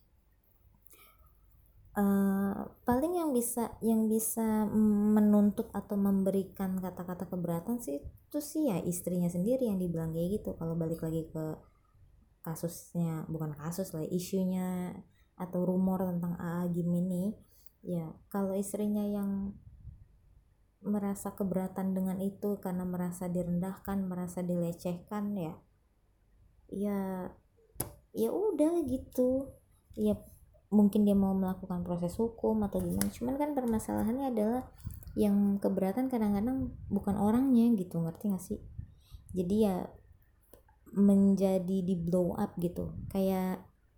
Uh, paling yang bisa yang bisa menuntut atau memberikan kata-kata keberatan sih itu sih ya istrinya sendiri yang dibilang kayak gitu. Kalau balik lagi ke kasusnya, bukan kasus lah, isunya atau rumor tentang A A Gim ini, ya kalau istrinya yang merasa keberatan dengan itu karena merasa direndahkan, merasa dilecehkan, ya ya ya udah gitu ya, mungkin dia mau melakukan proses hukum atau gimana. Cuman kan permasalahannya adalah yang keberatan kadang-kadang bukan orangnya gitu, ngerti gak sih? Jadi ya menjadi di blow up gitu, kayak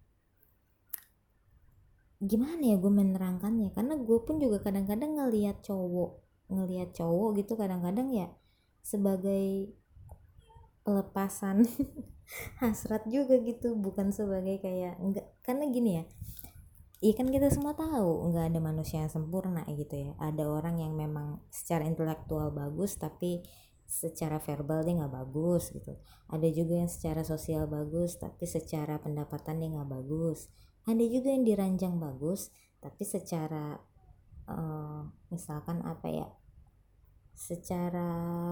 gimana ya gue menerangkannya, karena gue pun juga kadang-kadang ngelihat cowok ngelihat cowok gitu kadang-kadang ya sebagai pelepasan hasrat juga gitu, bukan sebagai kayak enggak, karena gini ya, iya kan kita semua tahu nggak ada manusia yang sempurna gitu ya. Ada orang yang memang secara intelektual bagus tapi secara verbal dia nggak bagus gitu. Ada juga yang secara sosial bagus tapi secara pendapatan dia nggak bagus. Ada juga yang diranjang bagus tapi secara uh, misalkan apa ya, secara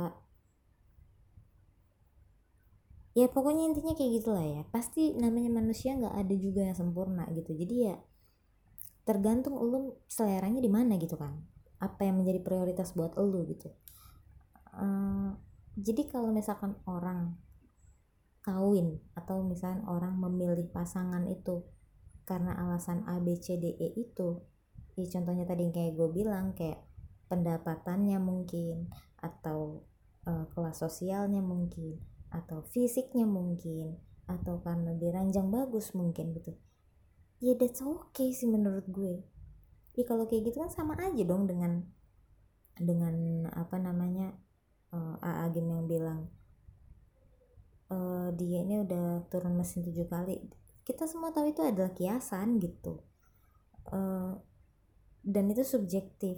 ya pokoknya intinya kayak gitulah ya. Pasti namanya manusia nggak ada juga yang sempurna gitu. Jadi ya tergantung lu seleranya di mana gitu kan, apa yang menjadi prioritas buat lu gitu. Uh, jadi kalau misalkan orang kawin atau misalkan orang memilih pasangan itu karena alasan A B C D E itu, ya contohnya tadi yang kayak gue bilang, kayak pendapatannya mungkin, atau uh, kelas sosialnya mungkin, atau fisiknya mungkin, atau karena diranjang bagus mungkin gitu, ya that's okay sih menurut gue. Ya kalau kayak gitu kan sama aja dong dengan dengan apa namanya uh, A A Gim yang bilang uh, dia ini udah turun mesin tujuh kali. Kita semua tahu itu adalah kiasan gitu, uh, dan itu subjektif.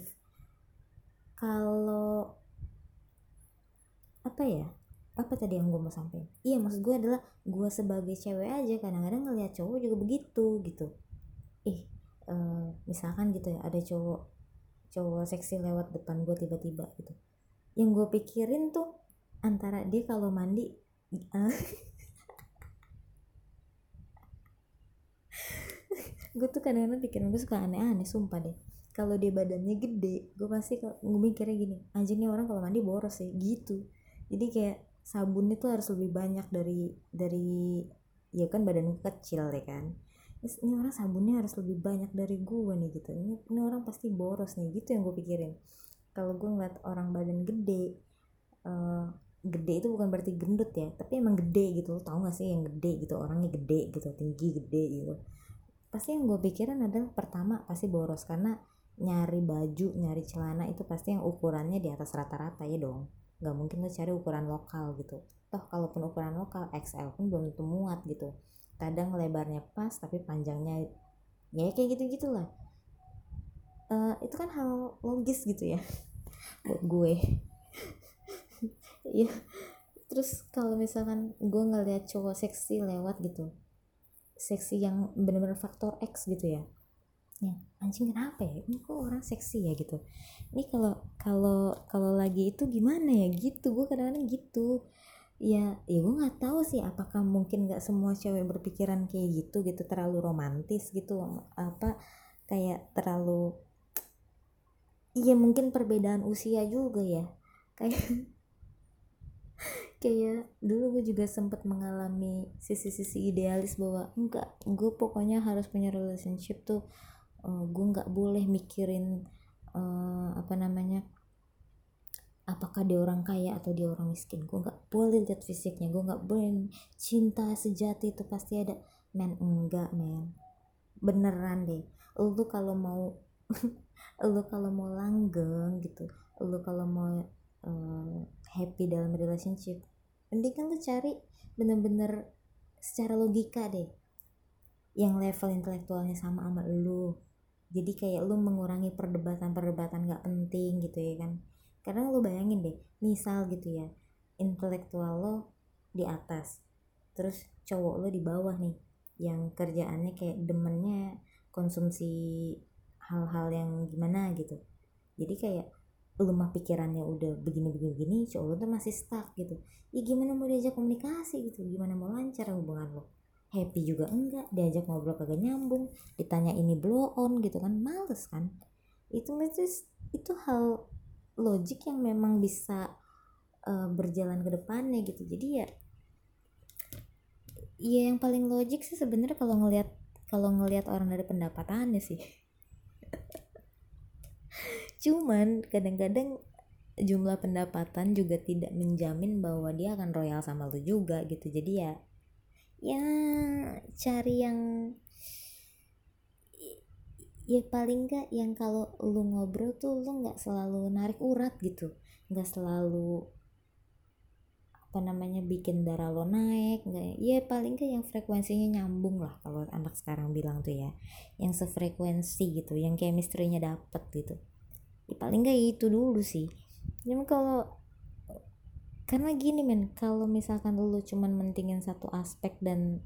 Kalau apa ya, apa tadi yang gue mau sampaikan, iya maksud gue adalah gue sebagai cewek aja kadang-kadang ngeliat cowok juga begitu gitu. Ih uh, misalkan gitu ya, ada cowok cowok seksi lewat depan gue tiba-tiba gitu, yang gue pikirin tuh antara dia kalau mandi uh, gue tuh kadang-kadang pikiran gue suka aneh-aneh sumpah deh. Kalau dia badannya gede, gue pasti gue mikirnya gini, anjir nih orang kalau mandi boros ya gitu. Jadi kayak sabunnya tuh harus lebih banyak dari dari ya kan badan gue kecil ya kan. Terus ini orang sabunnya harus lebih banyak dari gue nih gitu. Ini, ini orang pasti boros nih gitu yang gue pikirin. Kalau gue ngeliat orang badan gede, uh, gede itu bukan berarti gendut ya, tapi emang gede gitu. Tahu gak sih yang gede gitu, orangnya gede gitu, tinggi gede gitu. Pasti yang gue pikirin adalah pertama pasti boros, karena nyari baju, nyari celana itu pasti yang ukurannya di atas rata-rata ya dong. Nggak mungkin lo cari ukuran lokal gitu. Toh kalaupun ukuran lokal X L pun belum tentu muat gitu. Kadang lebarnya pas tapi panjangnya ya kayak gitu gitulah. Uh, itu kan hal logis gitu ya buat gue. Ya terus kalau misalkan gue ngeliat cowok seksi lewat gitu, seksi yang bener-bener faktor X gitu ya, ya anjing kenapa ya ini kok orang seksi ya gitu, ini kalau kalau kalau lagi itu gimana ya gitu, gue kadang-kadang gitu ya. Ya gue nggak tahu sih apakah mungkin nggak semua cewek berpikiran kayak gitu gitu, terlalu romantis gitu, apa kayak terlalu, iya mungkin perbedaan usia juga ya, kayak kayak dulu gue juga sempat mengalami sisi-sisi idealis bahwa enggak, gue pokoknya harus punya relationship tuh, uh, gue nggak boleh mikirin uh, apa namanya apakah dia orang kaya atau dia orang miskin, gue nggak boleh lihat fisiknya, gue nggak boleh, cinta sejati itu pasti ada. Men enggak men, beneran deh, lu kalau mau lu kalau mau langgeng gitu, lu kalau mau uh, happy dalam relationship, mending kan lu cari bener-bener secara logika deh yang level intelektualnya sama sama lu, jadi kayak lu mengurangi perdebatan-perdebatan gak penting gitu ya kan. Karena lu bayangin deh, misal gitu ya, intelektual lo di atas, terus cowok lo di bawah nih, yang kerjaannya kayak demennya konsumsi hal-hal yang gimana gitu, jadi kayak lu mah pikirannya udah begini-begini, cowok lu tuh masih stuck gitu. Ya gimana mau diajak komunikasi gitu, gimana mau lancar hubungan lo, happy juga enggak, diajak ngobrol kagak nyambung, ditanya ini blow on gitu kan, males kan. Itu itu itu hal logik yang memang bisa uh, berjalan ke depannya gitu. Jadi ya ya yang paling logik sih sebenarnya kalau ngelihat kalau ngelihat orang dari pendapatannya sih. Cuman kadang-kadang jumlah pendapatan juga tidak menjamin bahwa dia akan royal sama lu juga gitu. Jadi ya ya cari yang ya paling gak yang kalau lu ngobrol tuh lu nggak selalu narik urat gitu, nggak selalu apa namanya bikin darah lo naik, nggak, ya paling gak yang frekuensinya nyambung lah kalau anak sekarang bilang tuh ya, yang sefrekuensi gitu, yang chemistry-nya dapet gitu. Ya paling gak itu dulu sih. Cuman kalau karena gini men, kalau misalkan lu cuman mentingin satu aspek dan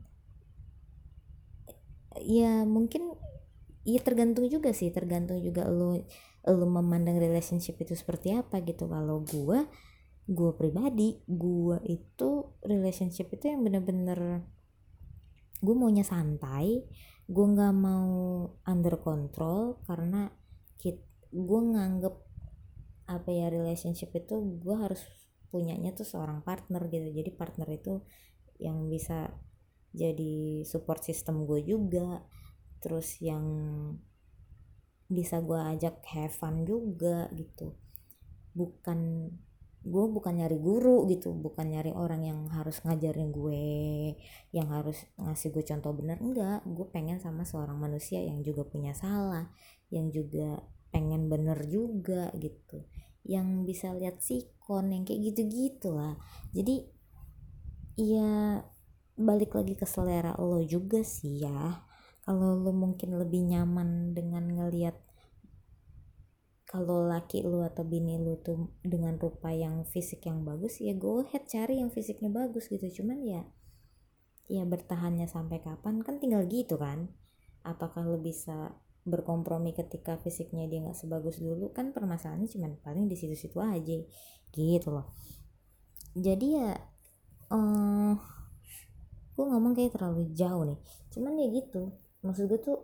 ya mungkin ya tergantung juga sih, tergantung juga lu lu memandang relationship itu seperti apa gitu. Kalau gua gua pribadi, gua itu relationship itu yang bener-bener gua maunya santai, gua nggak mau under control, karena kit gua nganggep apa ya, relationship itu gua harus punyanya tuh seorang partner gitu. Jadi partner itu yang bisa jadi support system gue juga, terus yang bisa gue ajak have fun juga gitu. Bukan gue bukan nyari guru gitu, bukan nyari orang yang harus ngajarin gue, yang harus ngasih gue contoh bener, enggak. Gue pengen sama seorang manusia yang juga punya salah, yang juga pengen bener juga gitu, yang bisa lihat sikon, yang kayak gitu-gitu lah. Jadi ya balik lagi ke selera lo juga sih ya. Kalau lo mungkin lebih nyaman dengan ngelihat kalau laki lu atau bini lu tuh dengan rupa yang fisik yang bagus, ya go ahead cari yang fisiknya bagus gitu. Cuman ya ya bertahannya sampai kapan kan tinggal gitu kan. Apakah lu bisa berkompromi ketika fisiknya dia nggak sebagus dulu, kan permasalahannya cuman paling di situ-situ aja gitu loh. Jadi ya eh gue ngomong kayak terlalu jauh nih, cuman ya gitu, maksud gue tuh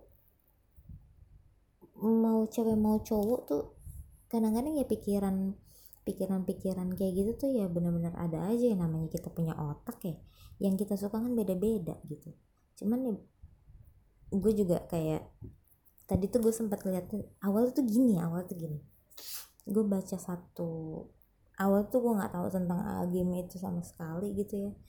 mau cewek mau cowok tuh kadang-kadang ya pikiran pikiran-pikiran kayak gitu tuh ya benar-benar ada aja, yang namanya kita punya otak ya, yang kita suka kan beda-beda gitu. Cuman ya gue juga kayak tadi tuh gue sempat lihat tuh awal tuh gini awal tuh gini gue baca satu, awal tuh gue nggak tahu tentang game itu sama sekali gitu ya,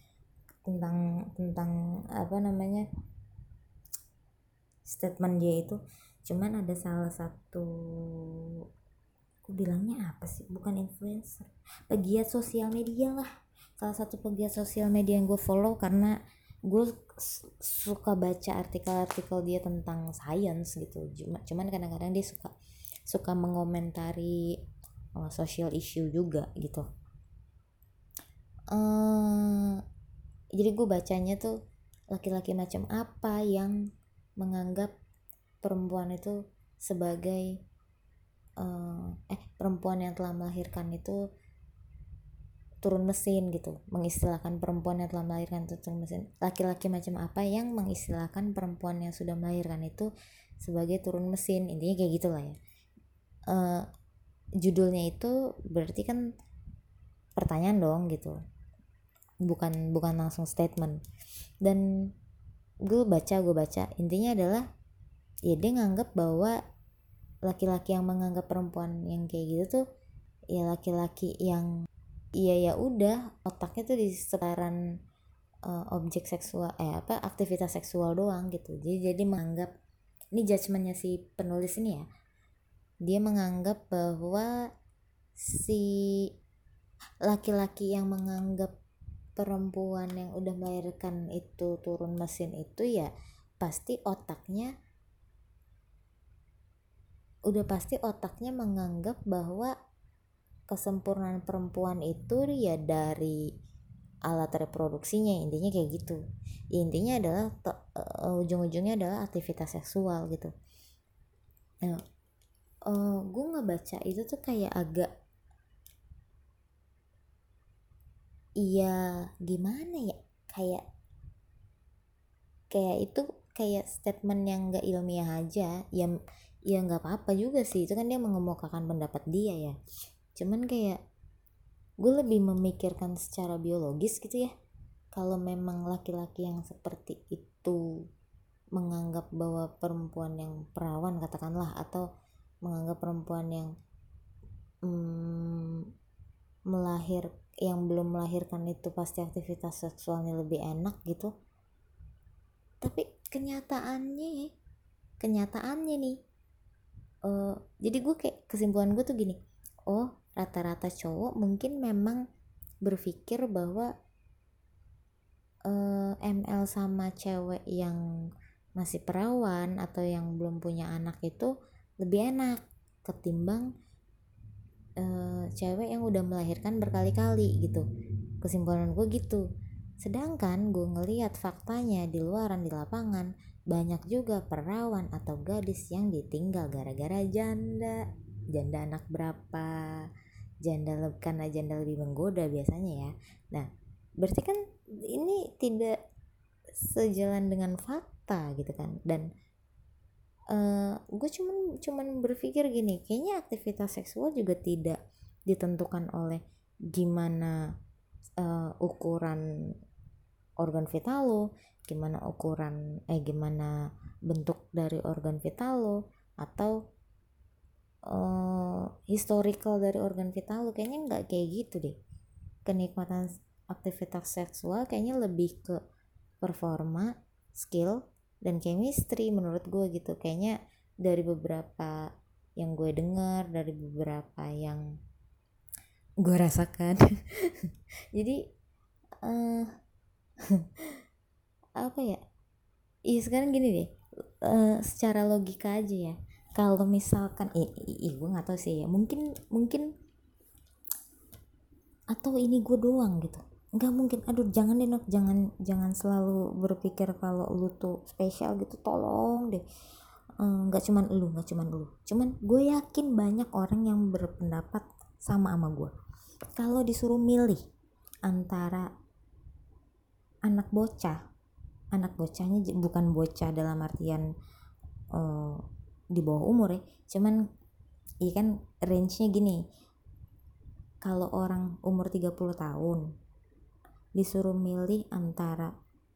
tentang tentang apa namanya statement dia itu. Cuman ada salah satu, aku bilangnya apa sih, bukan influencer, pegiat sosial media lah, salah satu pegiat sosial media yang gue follow karena gue suka baca artikel-artikel dia tentang science gitu. Cuma cuman kadang-kadang dia suka suka mengomentari uh, social issue juga gitu. Uh, jadi gue bacanya tuh laki-laki macam apa yang menganggap perempuan itu sebagai uh, eh perempuan yang telah melahirkan itu turun mesin gitu, mengistilahkan perempuan yang telah melahirkan itu turun mesin. Laki-laki macam apa yang mengistilahkan perempuan yang sudah melahirkan itu sebagai turun mesin, intinya kayak gitulah ya. Uh, judulnya itu berarti kan pertanyaan dong gitu, bukan bukan langsung statement. Dan gue baca gue baca intinya adalah ya dia nganggap bahwa laki-laki yang menganggap perempuan yang kayak gitu tuh ya laki-laki yang iya ya udah otaknya tuh di seputaran uh, objek seksual eh apa aktivitas seksual doang gitu. Jadi jadi menganggap, ini judgementnya si penulis ini ya, dia menganggap bahwa si laki-laki yang menganggap perempuan yang udah melahirkan itu turun mesin itu ya pasti otaknya udah pasti otaknya menganggap bahwa kesempurnaan perempuan itu ya dari alat reproduksinya, intinya kayak gitu ya. Intinya adalah uh, ujung-ujungnya adalah aktivitas seksual gitu. Nah uh, gue ngebaca itu tuh kayak agak iya gimana ya, kayak kayak itu kayak statement yang gak ilmiah aja ya. Ya nggak apa-apa juga sih, itu kan dia mengemukakan pendapat dia ya. Cuman kayak gue lebih memikirkan secara biologis gitu ya. Kalau memang laki-laki yang seperti itu menganggap bahwa perempuan yang perawan katakanlah, atau menganggap perempuan yang hmm, melahir yang belum melahirkan itu pasti aktivitas seksualnya lebih enak gitu. Tapi kenyataannya kenyataannya nih uh, jadi gue kayak kesimpulan gue tuh gini, oh rata-rata cowok mungkin memang berpikir bahwa uh, M L sama cewek yang masih perawan atau yang belum punya anak itu lebih enak ketimbang uh, cewek yang udah melahirkan berkali-kali gitu. Kesimpulan gue gitu. Sedangkan gue ngelihat faktanya di luaran di lapangan banyak juga perawan atau gadis yang ditinggal gara-gara janda. Janda anak berapa, janda karena janda lebih menggoda biasanya ya. Nah berarti kan ini tidak sejalan dengan fakta gitu kan. Dan uh, gue cuman cuman berpikir gini, kayaknya aktivitas seksual juga tidak ditentukan oleh gimana uh, ukuran organ vital lo, gimana ukuran eh gimana bentuk dari organ vital lo, atau uh, historical dari organ vital lo. Kayaknya nggak kayak gitu deh. Kenikmatan aktivitas seksual kayaknya lebih ke performa, skill, dan chemistry menurut gue gitu. Kayaknya dari beberapa yang gue dengar, dari beberapa yang gue rasakan jadi uh, apa ya, iya sekarang gini deh, uh, secara logika aja ya, kalau misalkan eh, eh, gue nggak tahu sih ya, mungkin mungkin atau ini gue doang gitu, nggak mungkin, aduh jangan deh Nok, jangan jangan selalu berpikir kalau lu tuh spesial gitu, tolong deh. Nggak uh, cuman lu nggak cuman lu cuman gue yakin banyak orang yang berpendapat sama sama gue. Kalau disuruh milih antara anak bocah, anak bocahnya bukan bocah dalam artian uh, di bawah umur ya, cuman iya kan range-nya gini, kalau orang umur tiga puluh tahun disuruh milih antara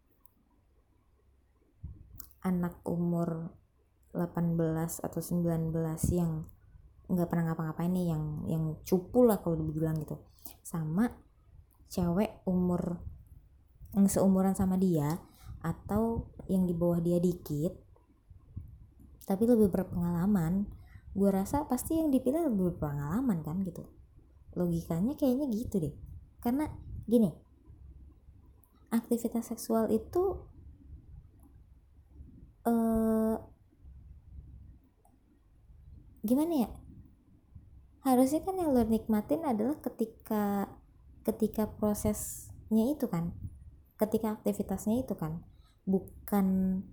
anak umur delapan belas atau sembilan belas yang nggak pernah ngapa-ngapain nih, yang yang cupu lah kalau dibilang gitu, sama cewek umur yang seumuran sama dia atau yang di bawah dia dikit tapi lebih berpengalaman, gue rasa pasti yang dipilih lebih berpengalaman kan gitu. Logikanya kayaknya gitu deh. Karena gini, aktivitas seksual itu eh, gimana ya, harusnya kan yang lo nikmatin adalah ketika ketika prosesnya itu kan, ketika aktivitasnya itu kan, bukan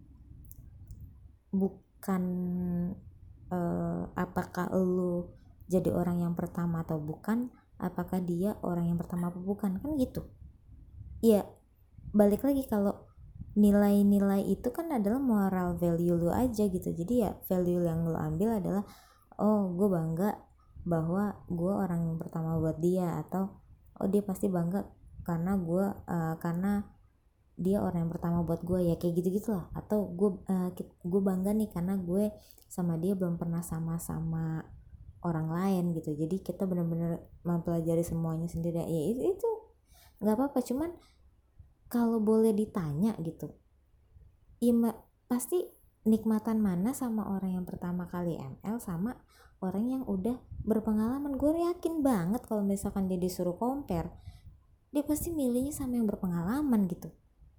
bukan uh, apakah lu jadi orang yang pertama atau bukan, apakah dia orang yang pertama atau bukan, kan gitu ya. Balik lagi, kalau nilai-nilai itu kan adalah moral value lu aja gitu. Jadi ya value yang lu ambil adalah, oh gue bangga bahwa gue orang yang pertama buat dia, atau oh dia pasti bangga karena gue uh, karena dia orang yang pertama buat gue, ya kayak gitu gitulah. Atau gue uh, gue bangga nih karena gue sama dia belum pernah sama-sama orang lain gitu, jadi kita benar-benar mempelajari semuanya sendiri. Ya itu itu nggak apa-apa. Cuman kalau boleh ditanya gitu, ya pasti nikmatan mana sama orang yang pertama kali M L sama orang yang udah berpengalaman. Gue yakin banget kalau misalkan dia disuruh compare, dia pasti milihnya sama yang berpengalaman gitu.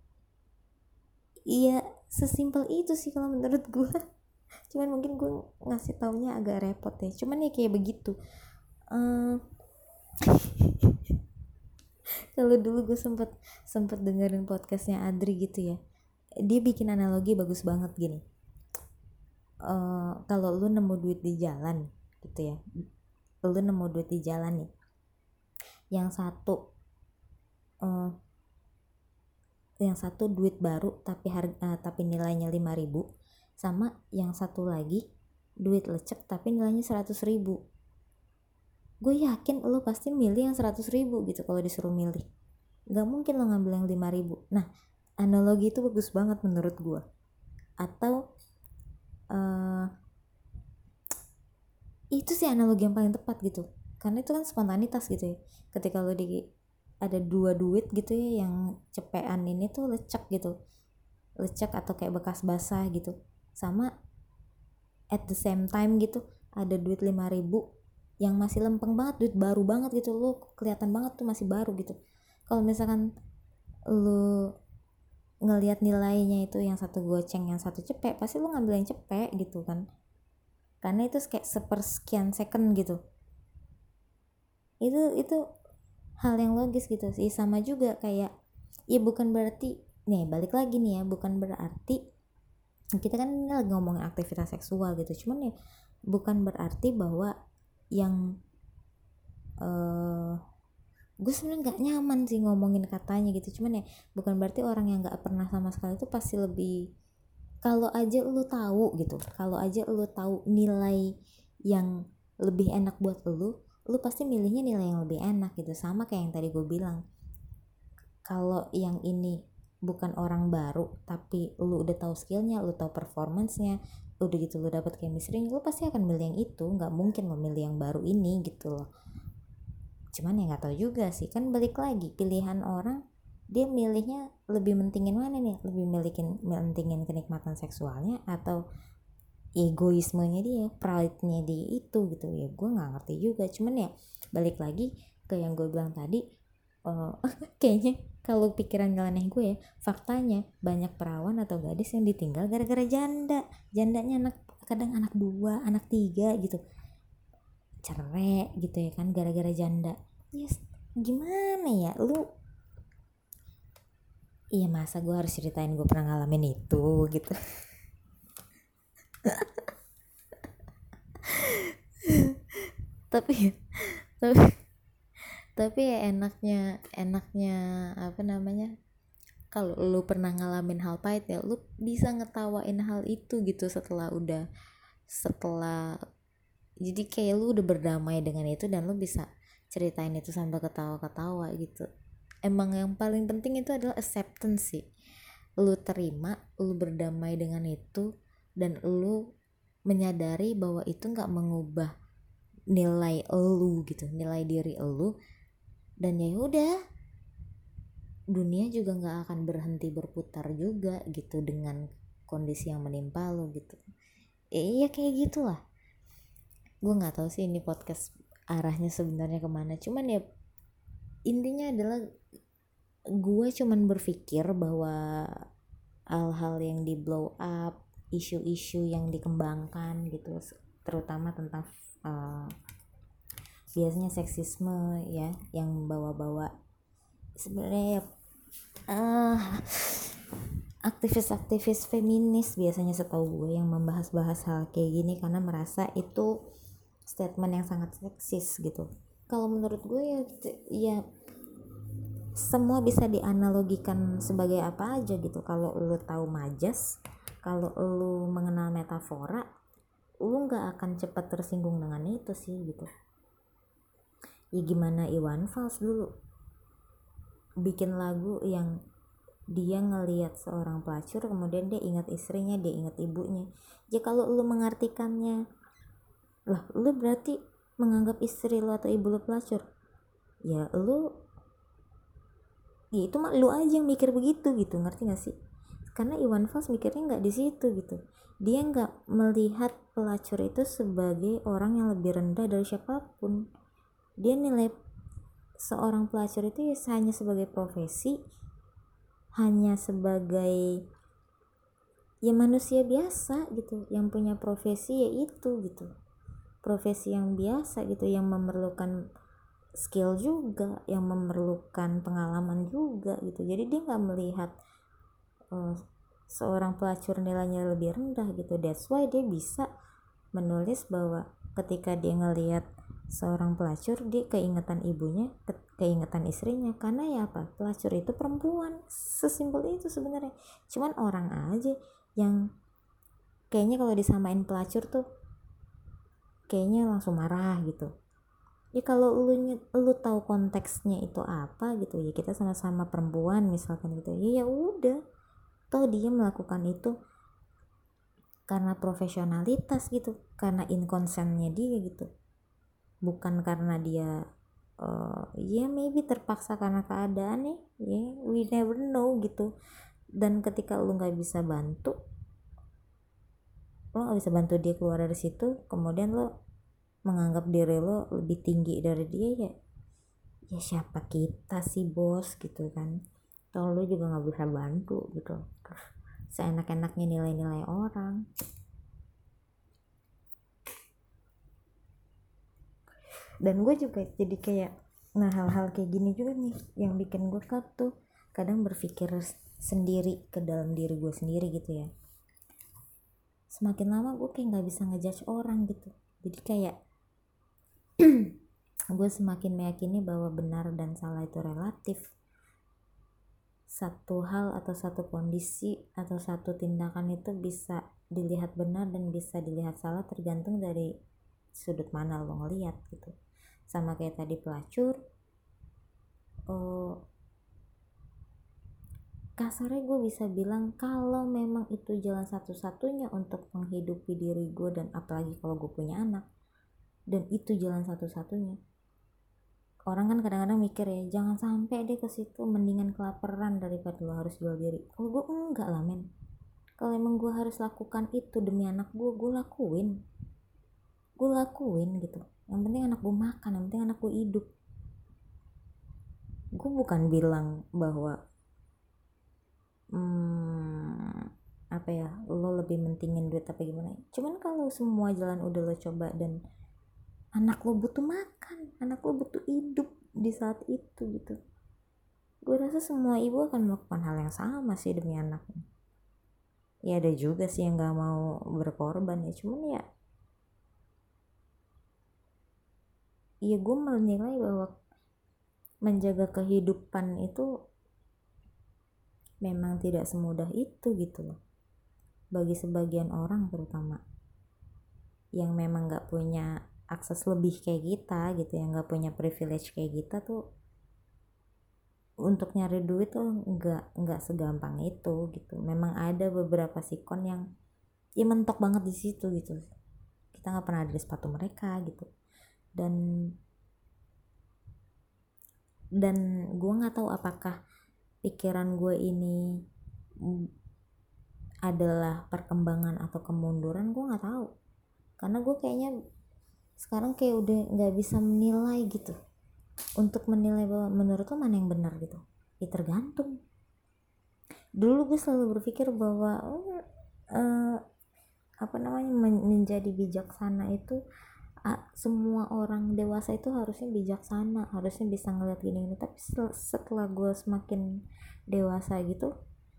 Iya, sesimpel itu sih kalau menurut gue. Cuman mungkin gue ngasih taunya agak repot ya, cuman ya kayak begitu. uh, Kalau dulu gue sempet sempet dengerin podcastnya Adri gitu ya, dia bikin analogi bagus banget gini. Uh, kalau lu nemu duit di jalan gitu ya, lu nemu duit di jalan nih, yang satu uh, yang satu duit baru tapi harga uh, tapi nilainya lima ribu, sama yang satu lagi duit lecek tapi nilainya seratus ribu. Gue yakin lo pasti milih yang seratus ribu gitu kalau disuruh milih. Gak mungkin lo ngambil yang lima ribu. Nah, analogi itu bagus banget menurut gue. Atau uh, itu sih analogi yang paling tepat gitu. Karena itu kan spontanitas gitu ya. Ketika lo di ada dua duit gitu ya, yang cepean ini tuh lecek gitu, lecek atau kayak bekas basah gitu, sama at the same time gitu ada duit lima ribu yang masih lempeng banget, duit baru banget gitu, lo kelihatan banget tuh masih baru gitu. Kalau misalkan lo ngelihat nilainya itu yang satu goceng yang satu cepet, pasti lo ngambil yang cepet gitu kan, karena itu kayak sepersekian second gitu. Itu itu hal yang logis gitu sih. Sama juga kayak, ya bukan berarti nih, balik lagi nih ya, bukan berarti kita kan lagi ngomongin aktivitas seksual gitu, cuman ya bukan berarti bahwa yang uh, gue sebenarnya nggak nyaman sih ngomongin katanya gitu, cuman ya bukan berarti orang yang nggak pernah sama sekali itu pasti lebih. Kalau aja lu tahu gitu, kalau aja lu tahu nilai yang lebih enak buat lu, lu pasti milihnya nilai yang lebih enak gitu. Sama kayak yang tadi gue bilang, kalau yang ini bukan orang baru tapi lu udah tahu skillnya, lu tahu performance-nya, udah gitu lu dapet chemistry, lu pasti akan milih yang itu, nggak mungkin memilih yang baru ini gitu loh. Cuman ya nggak tahu juga sih, kan balik lagi pilihan orang, dia milihnya lebih mentingin mana nih, lebih milikin mentingin kenikmatan seksualnya atau egoismenya dia, pride-nya dia itu gitu ya. Gue nggak ngerti juga. Cuman ya balik lagi ke yang gue bilang tadi, uh, kayaknya kalau pikiran nyeleneh gue ya, faktanya banyak perawan atau gadis yang ditinggal gara-gara janda. Jandanya anak, kadang anak dua, anak tiga gitu, cerai gitu ya kan, gara-gara janda. Yes, gimana ya lu? Iya, masa gue harus ceritain gue pernah ngalamin itu gitu. tapi tapi tapi ya enaknya enaknya apa namanya, kalau lu pernah ngalamin hal pahit ya lu bisa ngetawain hal itu gitu setelah udah setelah jadi kayak lu udah berdamai dengan itu dan lu bisa ceritain itu sambil ketawa-ketawa gitu. Emang yang paling penting itu adalah acceptance sih. Lu terima, lu berdamai dengan itu, dan lu menyadari bahwa itu gak mengubah nilai elu gitu, nilai diri elu. Dan ya udah, dunia juga nggak akan berhenti berputar juga gitu dengan kondisi yang menimpa lo gitu. iya kayak gitulah. Gue nggak tahu sih ini podcast arahnya sebenarnya kemana, cuman ya intinya adalah gue cuman berpikir bahwa hal-hal yang di blow up, isu-isu yang dikembangkan gitu, terutama tentang uh, biasanya seksisme ya, yang bawa-bawa sebenarnya ya, uh, aktivis-aktivis feminis biasanya setahu gue yang membahas-bahas hal kayak gini karena merasa itu statement yang sangat seksis gitu. Kalau menurut gue ya, ya semua bisa dianalogikan sebagai apa aja gitu. Kalau lu tahu majas, kalau lu mengenal metafora, lu nggak akan cepat tersinggung dengan itu sih gitu. Ya gimana Iwan Fals dulu bikin lagu yang dia ngelihat seorang pelacur, kemudian dia ingat istrinya, dia ingat ibunya. Ya kalau lu mengartikannya, lah lu berarti menganggap istri lu atau ibu lu pelacur, ya lu, ya itu mah lu aja yang mikir begitu gitu, ngerti gak sih? Karena Iwan Fals mikirnya nggak di situ gitu. Dia nggak melihat pelacur itu sebagai orang yang lebih rendah dari siapapun. Dia nilai seorang pelacur itu hanya sebagai profesi, hanya sebagai ya manusia biasa gitu, yang punya profesi yaitu gitu, profesi yang biasa gitu, yang memerlukan skill juga, yang memerlukan pengalaman juga gitu. Jadi dia nggak melihat uh, seorang pelacur nilainya lebih rendah gitu. That's why dia bisa menulis bahwa ketika dia ngelihat seorang pelacur, dia keingetan ibunya, ke, keingetan istrinya, karena ya apa, pelacur itu perempuan, sesimpel itu sebenarnya. Cuman orang aja yang kayaknya kalau disamain pelacur tuh kayaknya langsung marah gitu. Ya kalau lu lu tahu konteksnya itu apa gitu, ya kita sama-sama perempuan misalkan gitu, ya ya udah, toh dia melakukan itu karena profesionalitas gitu, karena inkonsennya dia gitu, bukan karena dia uh, ya maybe terpaksa karena keadaan nih, ya we never know gitu. Dan ketika lu nggak bisa bantu, lo nggak bisa bantu dia keluar dari situ, kemudian lo menganggap diri lo lebih tinggi dari dia, ya ya siapa kita sih bos gitu kan. Toh lo juga nggak bisa bantu gitu, terus seenak-enaknya nilai-nilai orang. Dan gue juga jadi kayak, nah hal-hal kayak gini juga nih yang bikin gue cut tuh kadang berpikir sendiri ke dalam diri gue sendiri gitu ya. Semakin lama gue kayak nggak bisa ngejudge orang gitu, jadi kayak gue semakin meyakini bahwa benar dan salah itu relatif. Satu hal atau satu kondisi atau satu tindakan itu bisa dilihat benar dan bisa dilihat salah tergantung dari sudut mana lo ngeliat gitu. Sama kayak tadi pelacur, oh, kasarnya gue bisa bilang kalau memang itu jalan satu-satunya untuk menghidupi diri gue, dan apalagi kalau gue punya anak dan itu jalan satu-satunya. Orang kan kadang-kadang mikir ya, jangan sampai deh ke situ, mendingan kelaparan daripada lo harus jual diri. Kalau gue enggak lah men, kalau emang gue harus lakukan itu demi anak gue, gue lakuin gue lakuin gitu. Yang penting anak gue makan, yang penting anak gue hidup. Gue bukan bilang bahwa hmm, apa ya, lo lebih mentingin duit apa gimana. Cuman kalau semua jalan udah lo coba dan anak lo butuh makan, anak lo butuh hidup di saat itu gitu, gue rasa semua ibu akan melakukan hal yang sama sih demi anaknya. Ya ada juga sih yang gak mau berkorban ya, cuman ya ya gue menilai bahwa menjaga kehidupan itu memang tidak semudah itu gitu loh, bagi sebagian orang terutama yang memang gak punya akses lebih kayak kita gitu, yang gak punya privilege kayak kita tuh, untuk nyari duit tuh nggak nggak segampang itu gitu. Memang ada beberapa sikon yang ya mentok banget di situ gitu, kita nggak pernah ada di sepatu mereka gitu. Dan dan gue nggak tahu apakah pikiran gue ini adalah perkembangan atau kemunduran, gue nggak tahu. Karena gue kayaknya sekarang kayak udah nggak bisa menilai gitu, untuk menilai bahwa menurut lo mana yang benar gitu. Ya tergantung. Dulu gue selalu berpikir bahwa oh, uh, apa namanya men- menjadi bijaksana itu uh, semua orang dewasa itu harusnya bijaksana, harusnya bisa ngeliat gini-gini. Tapi setelah, setelah gue semakin dewasa gitu,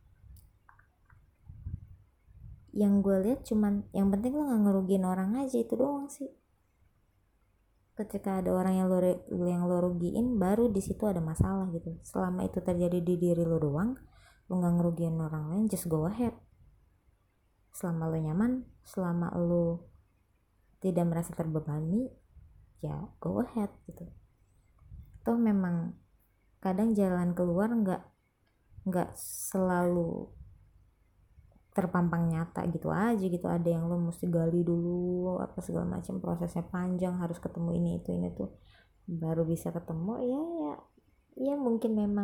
yang gue lihat cuman yang penting lo nggak ngerugiin orang aja, itu doang sih. Ketika ada orang yang lo yang lo rugiin, baru di situ ada masalah gitu. Selama itu terjadi di diri lo doang, lo nggak ngerugiin orang lain, just go ahead. Selama lo nyaman, selama lo tidak merasa terbebani, ya go ahead gitu. Toh memang kadang jalan keluar nggak nggak selalu terpampang nyata gitu aja gitu. Ada yang lo mesti gali dulu apa segala macam, prosesnya panjang, harus ketemu ini itu ini tuh baru bisa ketemu. Ya ya ya mungkin memang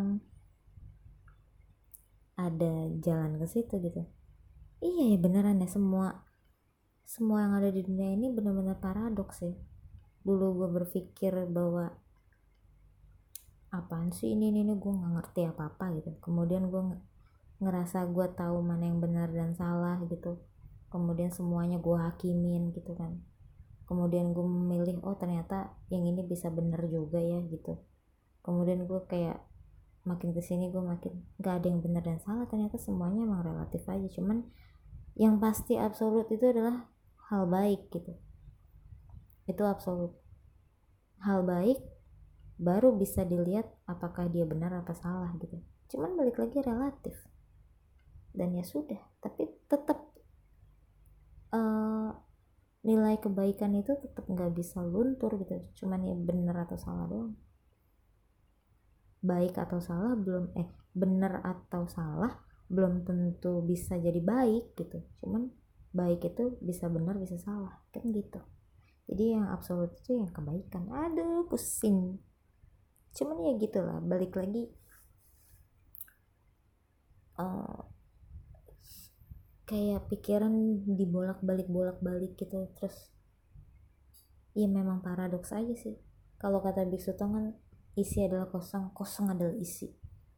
ada jalan ke situ gitu. Iya ya beneran ya, semua semua yang ada di dunia ini benar-benar paradoks sih. Dulu gue berpikir bahwa apaan sih ini ini, ini gue nggak ngerti apa apa gitu. Kemudian gue ngerasa gue tahu mana yang benar dan salah gitu. Kemudian semuanya gue hakimin gitu kan. Kemudian gue memilih oh ternyata yang ini bisa benar juga ya gitu. Kemudian gue kayak makin kesini gue makin gak ada yang benar dan salah, ternyata semuanya emang relatif aja. Cuman yang pasti absolut itu adalah hal baik gitu, itu absolut. Hal baik baru bisa dilihat apakah dia benar apa salah gitu. Cuman balik lagi relatif. Dan ya sudah, tapi tetap uh, nilai kebaikan itu tetap nggak bisa luntur gitu. Cuman ya benar atau salah doang. Baik atau salah belum eh benar atau salah belum tentu bisa jadi baik gitu. Cuman baik itu bisa benar bisa salah kan gitu. Jadi yang absolut itu yang kebaikan. Aduh pusing. Cuman ya gitulah, balik lagi uh, kayak pikiran dibolak-balik bolak-balik gitu. Terus ya memang paradoks aja sih. Kalau kata Biksu Tong kan isi adalah kosong, kosong adalah isi.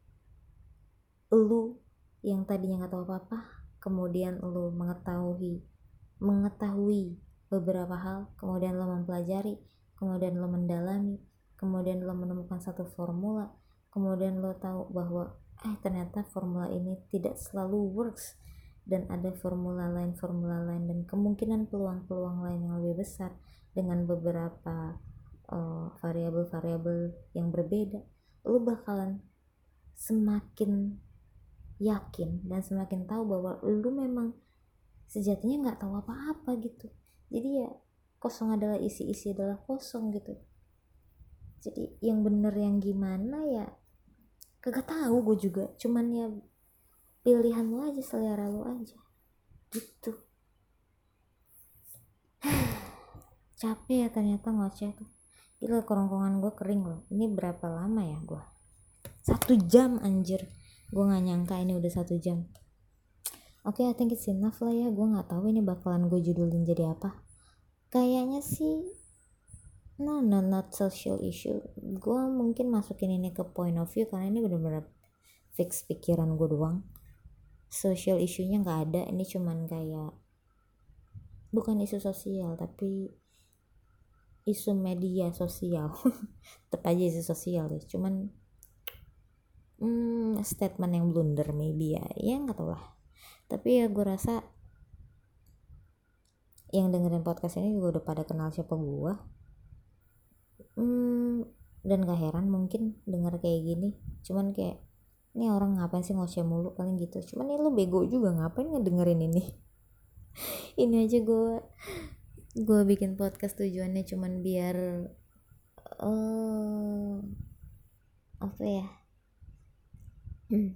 Lu yang tadinya nggak tahu apa-apa, kemudian lu mengetahui mengetahui beberapa hal, kemudian lo mempelajari, kemudian lo mendalami, kemudian lo menemukan satu formula, kemudian lo tahu bahwa eh ternyata formula ini tidak selalu works, dan ada formula lain formula lain dan kemungkinan peluang-peluang lain yang lebih besar dengan beberapa uh, variabel-variabel yang berbeda. Lo bakalan semakin yakin dan semakin tahu bahwa lo memang sejatinya nggak tahu apa-apa gitu. Jadi ya kosong adalah isi, isi adalah kosong gitu. Jadi yang bener yang gimana ya kagak tahu gue juga. Cuman ya pilihan lo aja, selera lo aja gitu. Capek ya ternyata ngoceh tuh. Gila kerongkongan gue kering loh. Ini berapa lama ya gue? Satu jam anjir. Gue nggak nyangka ini udah satu jam. Oke, okay, I think it's enough lah ya. Gue nggak tahu ini bakalan gue judulin jadi apa. Kayaknya sih no, no, not social issue. Gue mungkin masukin ini ke point of view karena ini bener-bener fix pikiran gue doang. Social issue-nya nggak ada. Ini cuman kayak bukan isu sosial tapi isu media sosial. Tetap aja isu sosial ya. Cuman hmm, statement yang blunder maybe ya. Ya nggak tahu lah. Tapi ya gue rasa yang dengerin podcast ini juga udah pada kenal siapa gue. Hmm, dan gak heran mungkin denger kayak gini. Cuman kayak ini orang ngapain sih ngoceh mulu paling gitu. Cuman ya lo bego juga ngapain ngedengerin ini. Ini aja gue gue bikin podcast tujuannya cuman biar uh, apa ya hmm.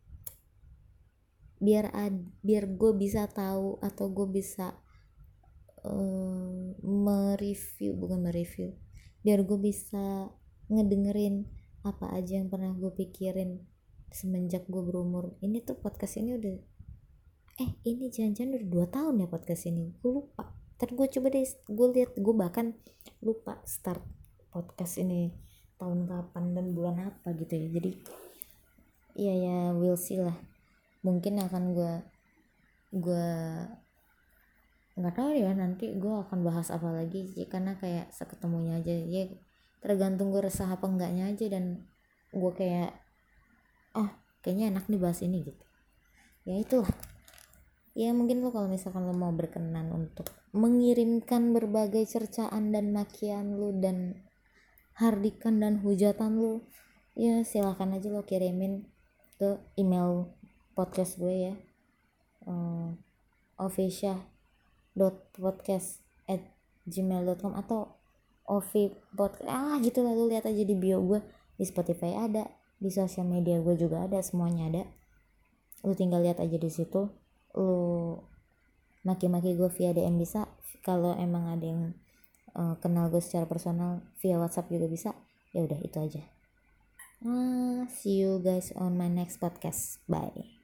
biar ad, biar gue bisa tahu atau gue bisa uh, mereview bukan mereview biar gue bisa ngedengerin apa aja yang pernah gue pikirin semenjak gue berumur ini tuh. Podcast ini udah eh ini jangan-jangan udah dua tahun ya podcast ini, gue lupa. Ntar gue coba deh, gue lihat, gue bahkan lupa start podcast ini tahun kapan dan bulan apa gitu ya. Jadi iya ya, we'll see lah, mungkin akan gue gue nggak tahu ya nanti gue akan bahas apa lagi sih, karena kayak seketemunya aja ya, tergantung gue resah apa enggaknya aja, dan gue kayak ah kayaknya enak nih bahas ini gitu. Ya itulah ya, mungkin lo kalau misalkan lo mau berkenan untuk mengirimkan berbagai cercaan dan makian lo dan hardikan dan hujatan lo, ya silahkan aja lo kirimin ke email podcast gue ya, uh, official dot podcast at gmail dot com atau ovi podcast ah gitu lah, lo lihat aja di bio gue, di Spotify ada, di sosial media gue juga ada, semuanya ada. Lu tinggal lihat aja di situ, lu maki-maki gue via D M bisa, kalau emang ada yang uh, kenal gue secara personal via WhatsApp juga bisa. Ya udah itu aja. Ah, see you guys on my next podcast. Bye.